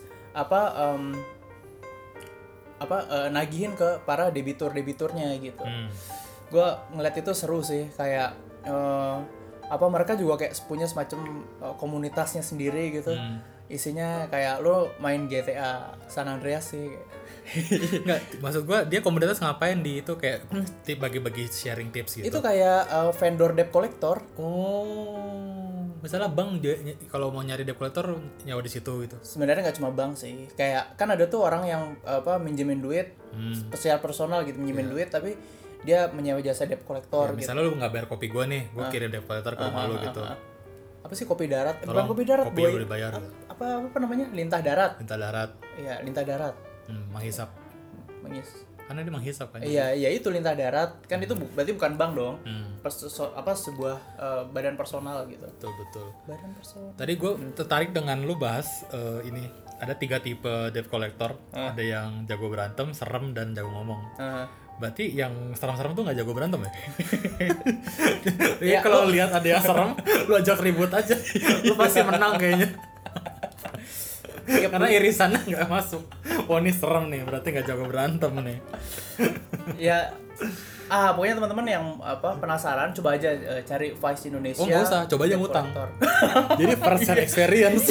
nagihin ke para debiturnya gitu. Gue ngeliat itu seru sih, kayak apa mereka juga kayak punya semacam komunitasnya sendiri gitu. Isinya kayak lo main GTA San Andreas sih. Nggak, maksud gua dia komunitas ngapain di itu kayak bagi-bagi sharing tips gitu. Itu kayak vendor debt collector. Oh, misalnya bank kalau mau nyari debt collector nyawa di situ gitu. Sebenarnya nggak cuma bank sih, kayak kan ada tuh orang yang minjemin duit secara personal gitu, minjemin duit tapi dia menyewa jasa debt collector. Ya, misalnya lu nggak bayar kopi gua nih, gua kirim debt collector ke rumah lu gitu. Apa sih kopi darat? Tolong, bukan kopi darat, kopi boy. udah dibayar. Apa namanya? Lintah darat. Lintah darat. Iya, lintah darat. Menghisap. Karena dia menghisap kan. Iya, itu lintah darat. Kan itu berarti bukan bank dong. Sebuah badan personal gitu. Betul. Badan personal. Tadi gue tertarik dengan lu bahas ini. Ada 3 tipe debt collector. Ada yang jago berantem, serem, dan jago ngomong. Berarti yang serem-serem tuh nggak jago berantem ya? Iya, kalau lihat ada yang serem, lu ajak ribut aja. Lu pasti menang kayaknya. Karena irisannya nggak masuk. Oh ini serem nih, berarti nggak jago berantem nih. Ya, pokoknya teman-teman yang penasaran, coba aja cari Vice Indonesia. Oh nggak usah, coba aja ngutang. Jadi first hand experience.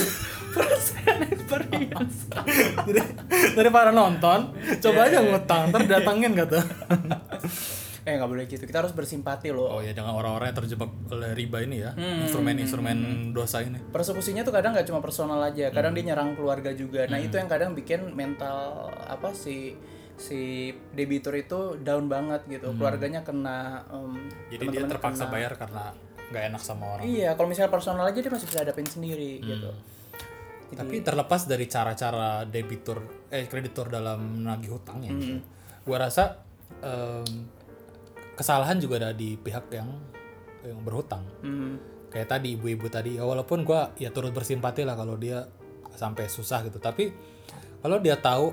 Jadi daripada nonton, coba aja ngutang, ntar datangin kata. Nggak boleh gitu, kita harus bersimpati loh. Oh ya, dengan orang-orang yang terjebak oleh riba ini ya, instrumen dosa ini. Persekusinya tuh kadang nggak cuma personal aja, kadang dia nyerang keluarga juga. Nah itu yang kadang bikin mental si debitur itu down banget gitu, keluarganya kena. Jadi dia terpaksa bayar karena nggak enak sama orang. Iya, kalau misalnya personal aja dia masih bisa hadapin sendiri gitu. Jadi, tapi terlepas dari cara-cara kreditur dalam menagih hutangnya, gua rasa kesalahan juga ada di pihak yang berhutang. Kayak tadi ibu-ibu tadi, walaupun gue ya turut bersimpati lah kalau dia sampai susah gitu. Tapi kalau dia tahu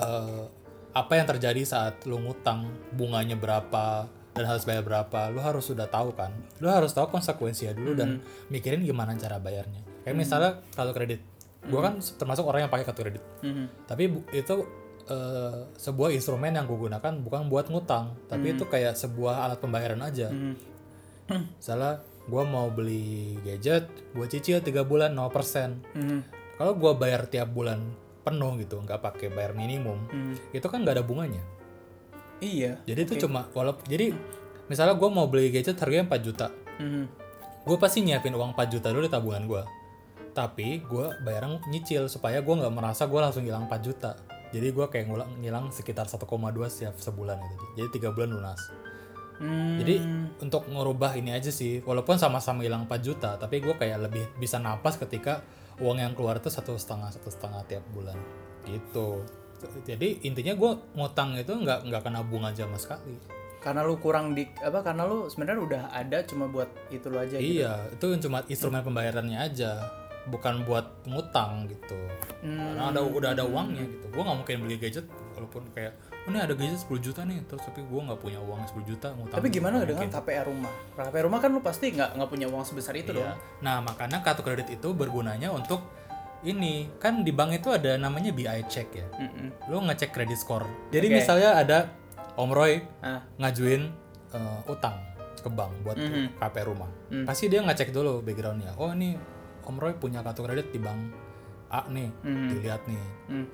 apa yang terjadi saat lu ngutang, bunganya berapa dan harus bayar berapa, lu harus sudah tahu kan. Lu harus tahu konsekuensinya dulu dan mikirin gimana cara bayarnya. Kayak misalnya kalau kredit, gue kan termasuk orang yang pakai kartu kredit. Tapi itu sebuah instrumen yang gue gunakan bukan buat ngutang, tapi itu kayak sebuah alat pembayaran aja. Misalnya gue mau beli gadget, gue cicil 3 bulan 0%. Kalau gue bayar tiap bulan penuh gitu, nggak pakai bayar minimum, itu kan nggak ada bunganya. Iya. Jadi itu cuma jadi misalnya gue mau beli gadget harganya 4 juta, gue pasti nyiapin uang 4 juta dulu di tabungan gue. Tapi gue bayar nyicil supaya gue nggak merasa gue langsung hilang 4 juta. Jadi gue kayak ngilang sekitar 1,2 setiap sebulan gitu. Jadi 3 bulan lunas. Jadi untuk ngerubah ini aja sih, walaupun sama-sama hilang 4 juta, tapi gue kayak lebih bisa napas ketika uang yang keluar itu 1,5 tiap bulan gitu. Jadi intinya gue ngutang itu nggak kena bunga sama sekali. Karena lu kurang karena lu sebenarnya udah ada cuma buat itu lu aja. Iya, gitu. Itu cuma instrumen pembayarannya aja, bukan buat ngutang gitu. Karena udah ada uangnya gitu. Gue nggak mungkin beli gadget walaupun kayak ini ada gadget 10 juta nih, terus tapi gue nggak punya uang 10 juta ngutang. Tapi gimana dengan KPR rumah? KPR rumah kan lu pasti nggak punya uang sebesar itu dong. Nah makanya kartu kredit itu bergunanya untuk ini, kan di bank itu ada namanya BI check ya. Lu ngecek credit score. Jadi misalnya ada Om Roy ngajuin utang ke bank buat KPR rumah. Pasti dia ngecek dulu backgroundnya. Oh ini Om Roy punya kartu kredit di bank A nih, dilihat nih.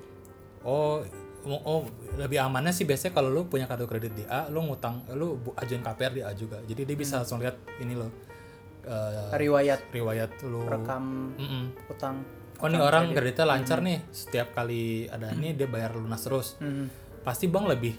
Oh lebih amannya sih biasanya kalau lu punya kartu kredit di A, lu ngutang, lu ajuin KPR di A juga. Jadi dia bisa langsung lihat ini loh. Riwayat lu rekam utang. Oh ini orang kreditnya lancar nih, setiap kali ada ini dia bayar lunas terus. Pasti bank lebih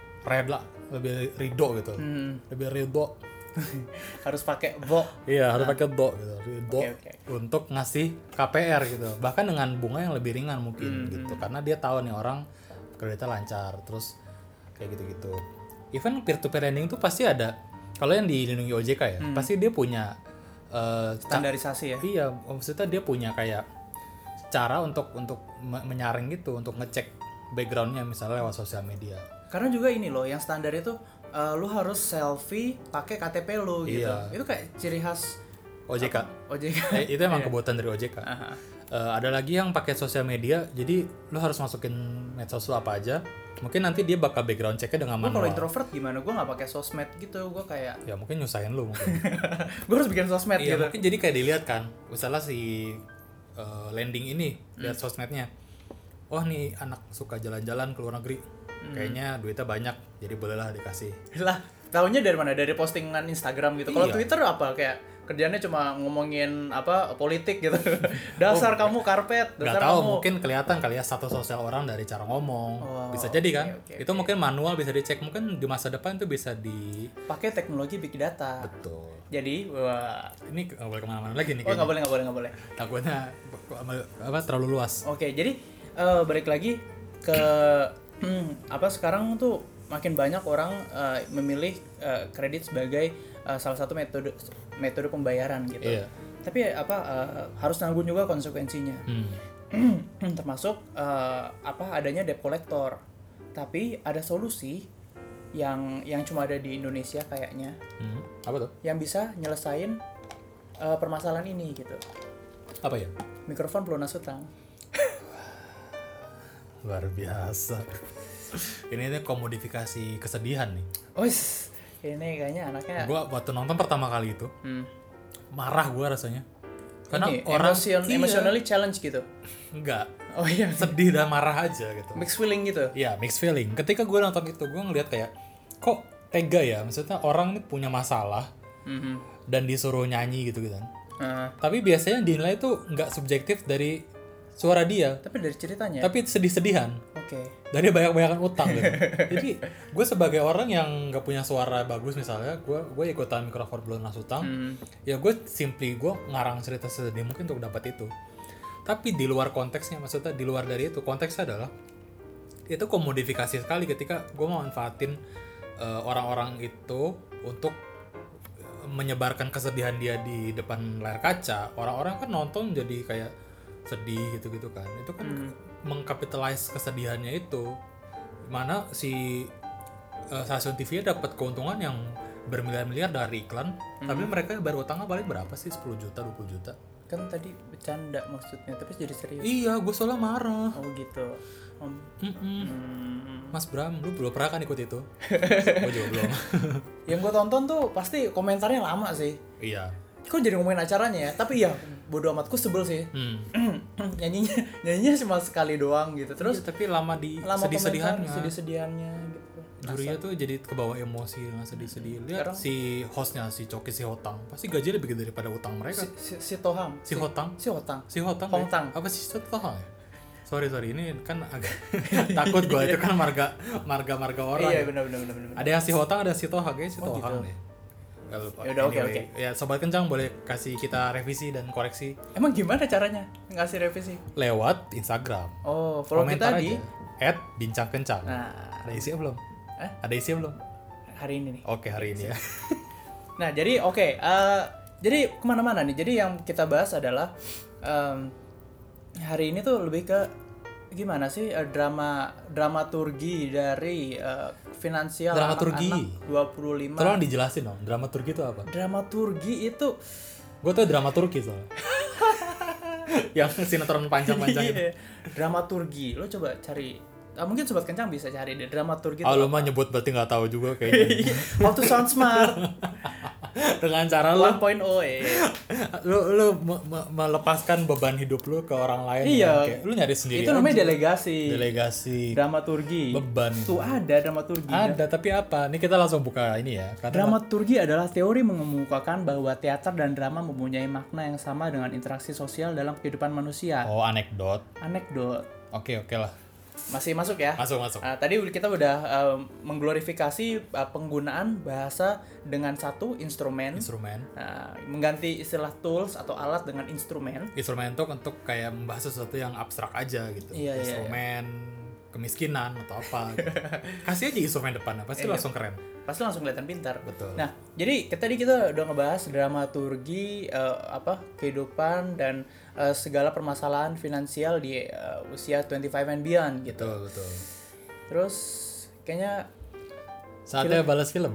lebih ridho gitu. Lebih ridho. Harus pakai bo. Iya, harus pakai do gitu. Ridho untuk ngasih KPR gitu. Bahkan dengan bunga yang lebih ringan mungkin gitu. Karena dia tahu nih orang kreditnya lancar, terus kayak gitu-gitu. Even peer-to-peer lending tuh pasti ada. Kalau yang dilindungi OJK ya, pasti dia punya standarisasi ya. Iya, maksudnya dia punya kayak cara untuk menyaring gitu, untuk ngecek backgroundnya misalnya lewat sosial media. Karena juga ini loh, yang standar itu lu harus selfie pakai KTP lu gitu. Itu kayak ciri khas OJK. OJK. Itu emang kebutuhan dari OJK. Ada lagi yang pakai sosial media, jadi lo harus masukin medsos lo apa aja. Mungkin nanti dia bakal background checknya dengan Gue manual. kalau introvert gimana? Gue nggak pakai sosmed gitu. Gue kayak Ya mungkin nyusahin lo mungkin. gue harus bikin sosmed Iya, gitu. mungkin jadi kayak dilihat kan, misalnya si landing ini lihat sosmednya. Oh nih anak suka jalan-jalan ke luar negeri, kayaknya duitnya banyak, jadi bolehlah dikasih. Lah, taunya dari mana? Dari postingan Instagram gitu. Kalau Iya. Twitter apa? Kayak kerjanya cuma ngomongin apa politik gitu. Dasar kamu karpet, Gak dasar tahu, kamu. mungkin kelihatan kali ya status sosial orang dari cara ngomong. Oh, Bisa jadi kan? oke, Itu mungkin manual bisa dicek, mungkin di masa depan itu bisa di Pakai teknologi big data. betul. Jadi, wah, Ini nggak boleh kemana-mana lagi nih oh nggak kayaknya. boleh. Takutnya apa terlalu luas. Oke, jadi balik lagi ke apa sekarang tuh makin banyak orang memilih kredit sebagai salah satu metode pembayaran gitu. Iya. Tapi harus nanggung juga konsekuensinya. Termasuk apa adanya debt collector. Tapi ada solusi yang cuma ada di Indonesia kayaknya Apa tuh? yang bisa nyelesain permasalahan ini gitu. Apa ya? Mikrofon pelunas utang. Luar biasa. Ini komodifikasi kesedihan nih. Ini kayaknya anaknya Gua waktu nonton pertama kali itu marah gua rasanya. Karena ini orang emotionally challenge gitu. enggak Oh iya, sedih dan marah aja gitu. mixed feeling gitu. Ya, mixed feeling. Ketika gue nonton itu, gue ngeliat kayak, kok tega ya? Maksudnya orang ini punya masalah dan disuruh nyanyi gitu kan. Tapi biasanya dinilai itu nggak subjektif dari suara dia, Tapi dari ceritanya. tapi sedih-sedihan Oke. dari banyak-banyakan utang gitu. Jadi gue sebagai orang yang nggak punya suara bagus misalnya, gue ikutan mikrofon pelunas utang, ya gue gue ngarang cerita sedih mungkin untuk dapat itu. Tapi di luar konteksnya, maksudnya di luar dari itu, konteksnya adalah itu komodifikasi sekali ketika gue manfaatin orang-orang itu untuk menyebarkan kesedihan dia di depan layar kaca. Orang-orang kan nonton jadi kayak sedih gitu-gitu kan. Itu kan mengkapitalize kesedihannya itu. Mana si stasiun TV dapat keuntungan yang bermiliar-miliar dari iklan, tapi mereka baru utangnya paling berapa sih? 10 juta, 20 juta. Kan tadi bercanda maksudnya, tapi jadi serius. Iya, gue soalnya marah. Oh gitu. Mas Bram, lu belum pernah kan ikut itu? Gue juga belum. Yang gue tonton tuh pasti komentarnya lama sih. Iya. Kok jadi ngomongin acaranya ya? Tapi ya bodo amatku sebel sih. nyanyinya cuma sekali doang gitu. Terus Iya, tapi lama sedih-sedihannya. sedih-sedihannya gitu. Jurinya tuh jadi kebawa emosi dengan sedih-sedih. Lihat si hostnya, si Coki Si Hotang, pasti gajinya lebih gede daripada utang mereka. Si Tohang. Si Hotang? Si Hotang. Si Hotang? Hong Tang. Apa sih si Hotang ya? Sorry, ini kan agak takut gue, itu kan marga orang. Iya ya. benar. Ada yang si Hotang, ada si Tohang, kayaknya si Tohang deh. Yaudah, oke. Ya Sobat Kencang boleh kasih kita revisi dan koreksi Emang gimana caranya ngasih revisi? lewat Instagram. Oh, follow kita di @bincangkencang. Nah, Ada isinya belum? Ada isinya belum? hari ini nih. Oke, hari ini ya. Nah, jadi jadi kemana-mana nih. Jadi yang kita bahas adalah hari ini tuh lebih ke gimana sih dramaturgi dari finansial Dramaturgi. anak-anak 25. Tolong dijelasin dong, dramaturgi itu apa? Dramaturgi itu Gue tau dramaturgi soalnya. Yang sinetron panjang-panjang itu. dramaturgi. Lo coba cari. Mungkin Sobat Kencang bisa cari deh dramaturgi. Oh, lu mah nyebut berarti nggak tahu juga kayaknya. How to sound smart. Dengan cara lu 1.0 lu melepaskan beban hidup lu ke orang lain. Iya. Kayak, lu nyari sendiri. Itu namanya delegasi. Dramaturgi. Beban. Tuh ada dramaturgi. Ada, tapi apa? Ini kita langsung buka ini ya. Karena Dramaturgi adalah teori mengemukakan bahwa teater dan drama mempunyai makna yang sama dengan interaksi sosial dalam kehidupan manusia. oh, anekdot. Anekdot. Oke lah. Masih masuk ya? Masuk. Tadi kita udah mengglorifikasi penggunaan bahasa dengan satu instrumen. Mengganti istilah tools atau alat dengan instrumen. Instrumen itu untuk kayak membahas sesuatu yang abstrak aja gitu. Iya, instrumen kemiskinan atau apa gitu. Kasih aja instrumen depan, pasti langsung keren. Pasti langsung kelihatan pintar. Betul. Nah, jadi tadi kita udah ngebahas dramaturgi kehidupan dan segala permasalahan finansial di usia 25 and beyond gitu. Betul. Terus kayaknya saatnya balas film.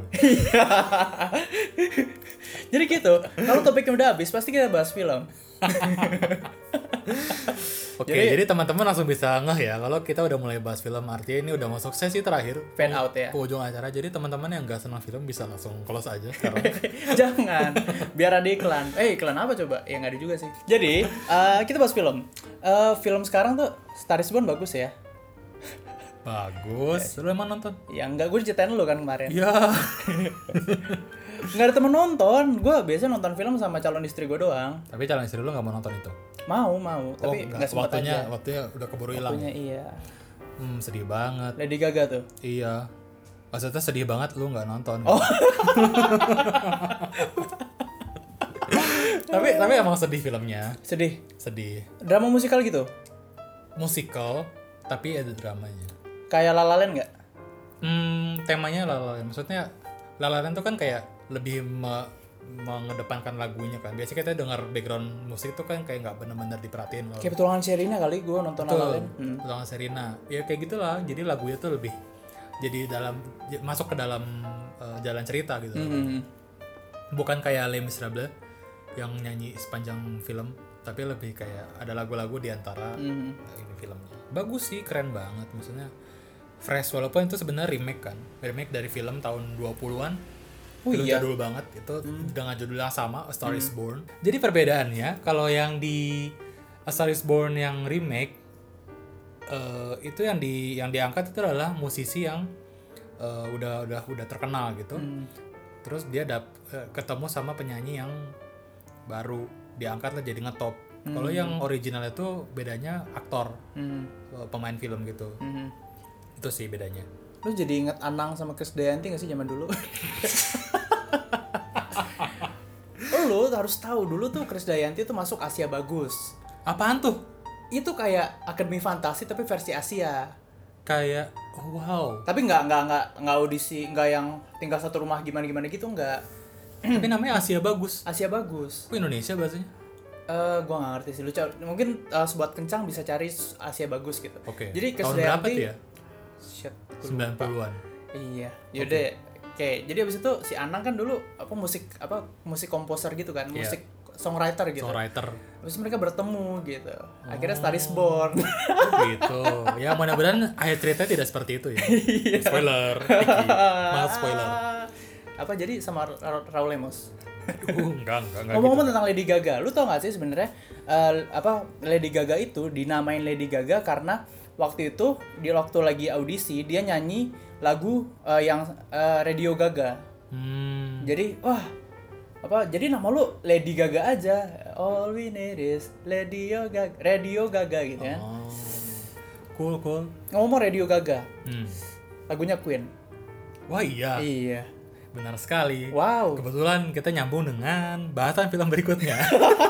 jadi gitu. Kalau topiknya udah habis pasti kita bahas film. Oke, jadi teman-teman langsung bisa ngeh ya kalau kita udah mulai bahas film, artinya ini udah masuk sesi terakhir fan out ya. Ujung acara. Jadi teman-teman yang nggak senang film bisa langsung close aja sekarang. Jangan, biar ada iklan. Iklan apa coba? Ya nggak ada juga sih. Jadi kita bahas film. Film sekarang tuh Star is Born bagus ya. Bagus. Lu emang nonton? Ya enggak, gue ceritain lu kan kemarin. Ya. Nggak ada temen nonton. Gue biasanya nonton film sama calon istri gue doang. Tapi calon istri lu nggak mau nonton itu? Mau, tapi nggak sempat aja. Waktunya udah keburu hilang. Waktunya iya. Sedih banget. Lady Gaga tuh. Iya. Maksudnya sedih banget lu nggak nonton. Oh. tapi emang sedih filmnya. Sedih. Drama musikal gitu? Musikal, tapi ada dramanya. Kayak La La Land nggak? Temanya La La Land. Maksudnya La La Land tuh kan kayak lebih mengedepankan lagunya kan. Biasanya kita dengar background musik tuh kan kayak nggak benar-benar diperhatiin. Kayak Petualangan Sherina kali gue nonton La La Land. Petualangan Sherina. Ya kayak gitulah. Jadi lagunya tuh lebih jadi masuk ke dalam jalan cerita gitu. Bukan kayak Les Miserables yang nyanyi sepanjang film, tapi lebih kayak ada lagu-lagu di antara ini filmnya. Bagus sih, keren banget. Maksudnya fresh, walaupun itu sebenarnya remake dari film tahun 20-an. Film jadul banget itu dengan judul yang sama, A Star is Born. Jadi perbedaannya kalau yang di A Star is Born yang remake itu yang diangkat itu adalah musisi yang udah terkenal gitu. Terus dia ketemu sama penyanyi yang baru, diangkat lah jadi ngetop. Kalau yang original itu bedanya aktor, pemain film gitu. Itu sih bedanya. Lu jadi inget Anang sama Krisdayanti gak sih zaman dulu? Lu harus tahu dulu tuh Krisdayanti tuh masuk Asia Bagus. Apaan tuh? Itu kayak Akademi Fantasi tapi versi Asia. Kayak wow. Tapi nggak audisi, nggak yang tinggal satu rumah gimana gitu, nggak. Tapi namanya Asia Bagus. Asia Bagus. Kok Indonesia bahasanya? Gua nggak ngerti sih. Lu mungkin Sobat Kencang bisa cari Asia Bagus gitu. Oke. Jadi tahun berapa tuh ya? 90-an. Iya. Yaudah. Oke. Jadi abis itu si Anang kan dulu musik komposer gitu kan, musik songwriter gitu. Habis mereka bertemu gitu. Akhirnya Star is Born. Gitu. Ya mudah-mudahan akhir ceritanya tidak seperti itu ya. Spoiler. Maaf spoiler. Apa jadi sama Raul Lemos? Enggak. Ngomong-ngomong tentang Lady Gaga, lu tau gak sih sebenarnya Lady Gaga itu dinamain Lady Gaga karena waktu itu di waktu lagi audisi dia nyanyi lagu yang Radio Gaga. Jadi jadi nama lu Lady Gaga aja. All we need is Radio Gaga gitu ya. Cool. Ngomong Radio Gaga. Lagunya Queen. Wah iya. Iya. Benar sekali. Wow. Kebetulan kita nyambung dengan bahasan film berikutnya.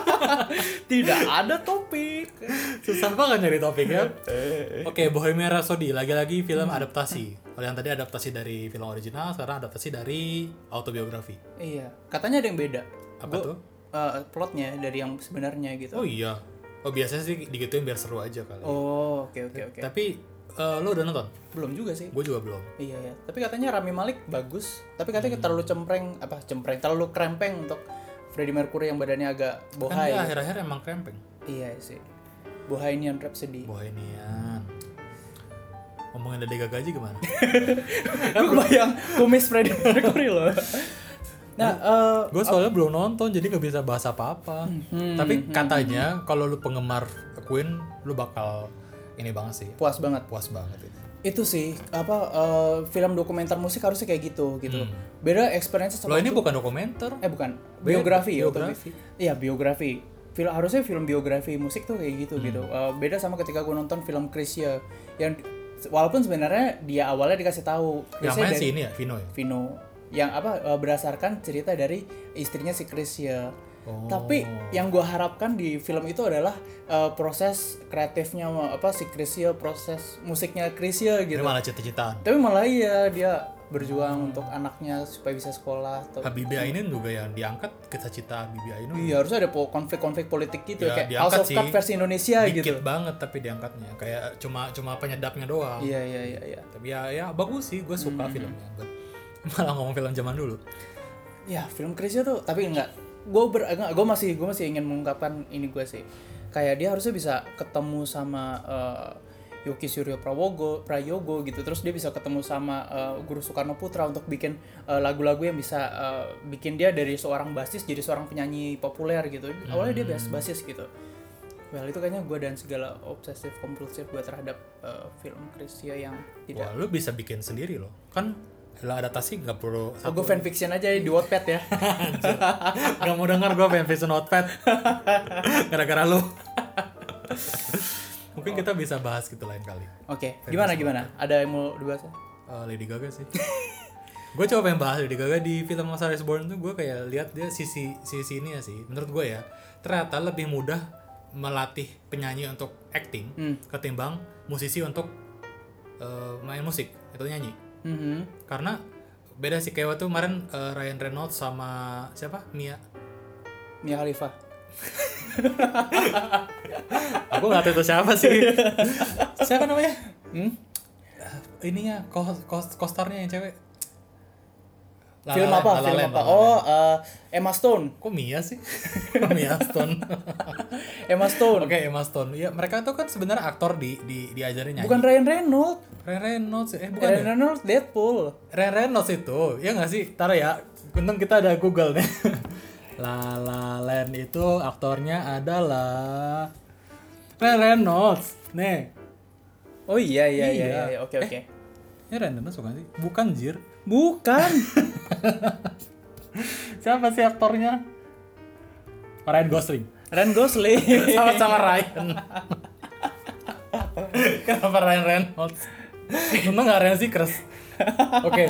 Tidak ada topik. Susah banget nyari topik ya. Oke, Bohemian Rhapsody lagi-lagi film adaptasi. Kalau yang tadi adaptasi dari film original, sekarang adaptasi dari autobiografi. Iya. Katanya ada yang beda. Apa tuh? Plotnya dari yang sebenarnya gitu. Oh iya. Oh biasanya sih digituin biar seru aja kali. Oh, oke. Tapi lo udah nonton? Belum juga sih. Gue juga belum. Iya. Tapi katanya Rami Malek bagus. Tapi katanya terlalu terlalu krempeng untuk Freddie Mercury yang badannya agak bohai. Kan dia akhir-akhir emang krempeng. Iya sih. Bohemian Rhapsody. Bohemian. Ngomongin Lady Gaga aja gimana? Gue kebayang kumis Freddie Mercury loh. Nah, gue soalnya belum nonton jadi nggak bisa bahas apa-apa. Tapi katanya kalau lu penggemar Queen, lu bakal ini banget sih. Puas banget itu. Itu sih film dokumenter musik harusnya kayak gitu. Beda experience sama. Lo ini bukan dokumenter? Bukan. Biografi. Iya, biografi. Harusnya film biografi musik tuh kayak gitu. Beda sama ketika gue nonton film Chrisye yang walaupun sebenarnya dia awalnya dikasih tahu yang main si ini ya, Vino. Yang berdasarkan cerita dari istrinya si Chrisye. Tapi yang gue harapkan di film itu adalah proses kreatifnya si Chrisye, proses musiknya Chrisye gitu. Ini malah cita-citaan. Tapi malah iya dia berjuang untuk anaknya supaya bisa sekolah. Habibie Ainun juga yang diangkat cita-cita Habibie Ainun. Iya, harusnya ada konflik-konflik politik gitu ya, kayak House of Cards versi Indonesia dikit gitu. Dikit banget tapi diangkatnya kayak cuma penyedapnya doang. Iya. Tapi ya bagus sih, gue suka filmnya. Malah ngomong film zaman dulu. Ya, film Chrisye tuh tapi gue masih ingin mengungkapkan ini gue sih. kayak dia harusnya bisa ketemu sama Yoki Suryo Prayogo gitu, terus dia bisa ketemu sama Guru Soekarno Putra untuk bikin lagu-lagu yang bisa bikin dia dari seorang basis jadi seorang penyanyi populer gitu. Awalnya dia basis gitu. Well, itu kayaknya gue dan segala obsesif kompulsif gue terhadap film Chrisye yang tidak. Wah, lu bisa bikin sendiri loh. Kan lah adaptasi nggak perlu. Gue fanfiction aja di Wattpad ya. Gak mau denger gue fanfiction Wattpad. Gara-gara lu. Mungkin kita bisa bahas gitu lain kali. Oke, gimana? Ada yang mau dibahas? Lady Gaga sih. Gue coba pengen bahas Lady Gaga di film A Star Is Born tuh, gue kayak lihat dia sisi ini ya sih. Menurut gue ya, ternyata lebih mudah melatih penyanyi untuk acting ketimbang musisi untuk main musik atau nyanyi. Karena beda sih, kayak waktu kemarin Ryan Reynolds sama siapa? Mia Khalifa. Aku nggak tahu itu siapa sih. Siapa namanya? Ininya kostarnya yang cewek. Film apa? Oh, Emma Stone. Kok Mia sih? Mia Stone. Emma Stone. Oke, Emma Stone. Ya, mereka tuh kan sebenarnya aktor diajarin nyanyi. Bukan Ryan Reynolds. Ryan Reynolds. Bukan. Ryan Reynolds Deadpool. Ryan Reynolds itu, ya nggak sih? Tar ya. Untung kita ada Google nih. La La Land itu aktornya adalah Ryan Reynolds. Nih. Oh iya. Oke. Ya Ryan Reynolds bukan sih? Bukan, Jir. Bukan. Siapa sih aktornya? Ryan Gosling. Sama-sama Ryan. Kenapa Ryan Reynolds? Untung nggak Ryan Seacrest. Oke.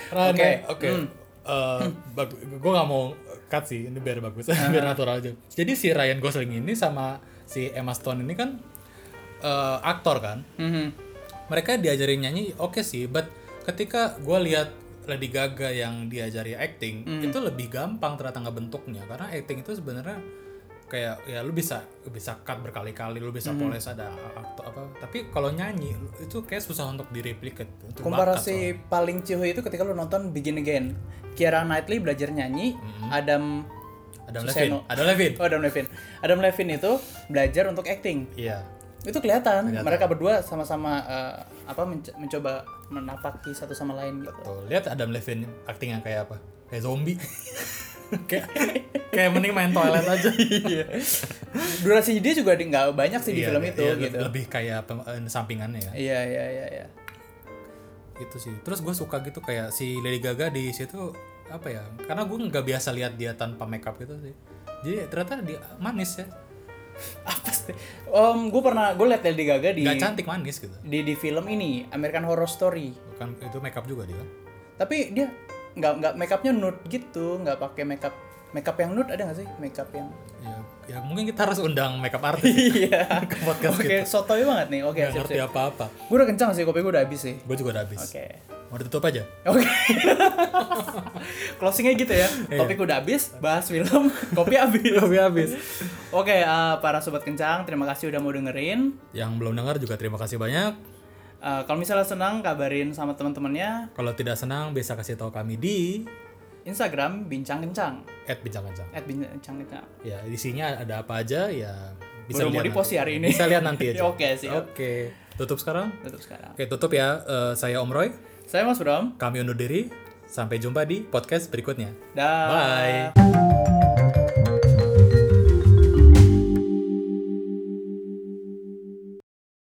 Gue nggak mau cut sih, ini biar bagus, biar natural aja. Jadi si Ryan Gosling ini sama si Emma Stone ini kan aktor kan. Mereka diajarin nyanyi oke sih, but ketika gue lihat Lady Gaga yang diajari acting, itu lebih gampang ternyata ngebentuknya, karena acting itu sebenarnya kayak ya lu bisa cut berkali-kali, lu bisa poles ada apa, tapi kalau nyanyi itu kayak susah untuk direplicate. Komparasi paling cihuy itu ketika lu nonton Begin Again, Keira Knightley belajar nyanyi, Adam Levine itu belajar untuk acting. Iya. Itu kelihatan. Mereka berdua sama-sama mencoba menapaki satu sama lain gitu. Betul. Lihat Adam Levine acting yang kayak apa? Kayak zombie. kayak mending main toilet aja. Durasi dia juga nggak banyak sih di film itu gitu. Lebih kayak sampingannya ya. Iya. Itu sih. Terus gue suka gitu kayak si Lady Gaga di situ apa ya? Karena gue nggak biasa lihat dia tanpa makeup gitu sih. Jadi ternyata dia manis ya. Apa sih? Gue liat Lady Gaga di nggak cantik, manis gitu di film ini American Horror Story. Bukan, itu makeup juga dia kan? Tapi dia nggak makeupnya nude gitu, nggak pakai makeup yang nude. Ada nggak sih makeup yang ya mungkin kita harus undang makeup artist ke podcast kita. Sotoy banget nih. Oke, nggak ngerti apa-apa. Gue udah kencang sih, kopi gue udah habis sih. Gue juga udah habis. Oke. Mau ditutup aja? Oke. Closingnya gitu ya. Topik udah habis, bahas film, kopi habis. Oke, para sobat kencang, terima kasih udah mau dengerin. Yang belum dengar juga terima kasih banyak. Kalau misalnya senang, kabarin sama teman-temannya. Kalau tidak senang, bisa kasih tahu kami di Instagram Bincang Kencang. @bincang-kencang. @bincang-kencang. Ya, isinya ada apa aja ya bisa udah lihat. Mau di-post hari ini. Bisa lihat nanti aja. Oke, siap. Oke. Tutup sekarang? Oke, tutup ya. Saya Om Roy. Saya Mas Bram. Kami undur diri. Sampai jumpa di podcast berikutnya. Dah. Bye.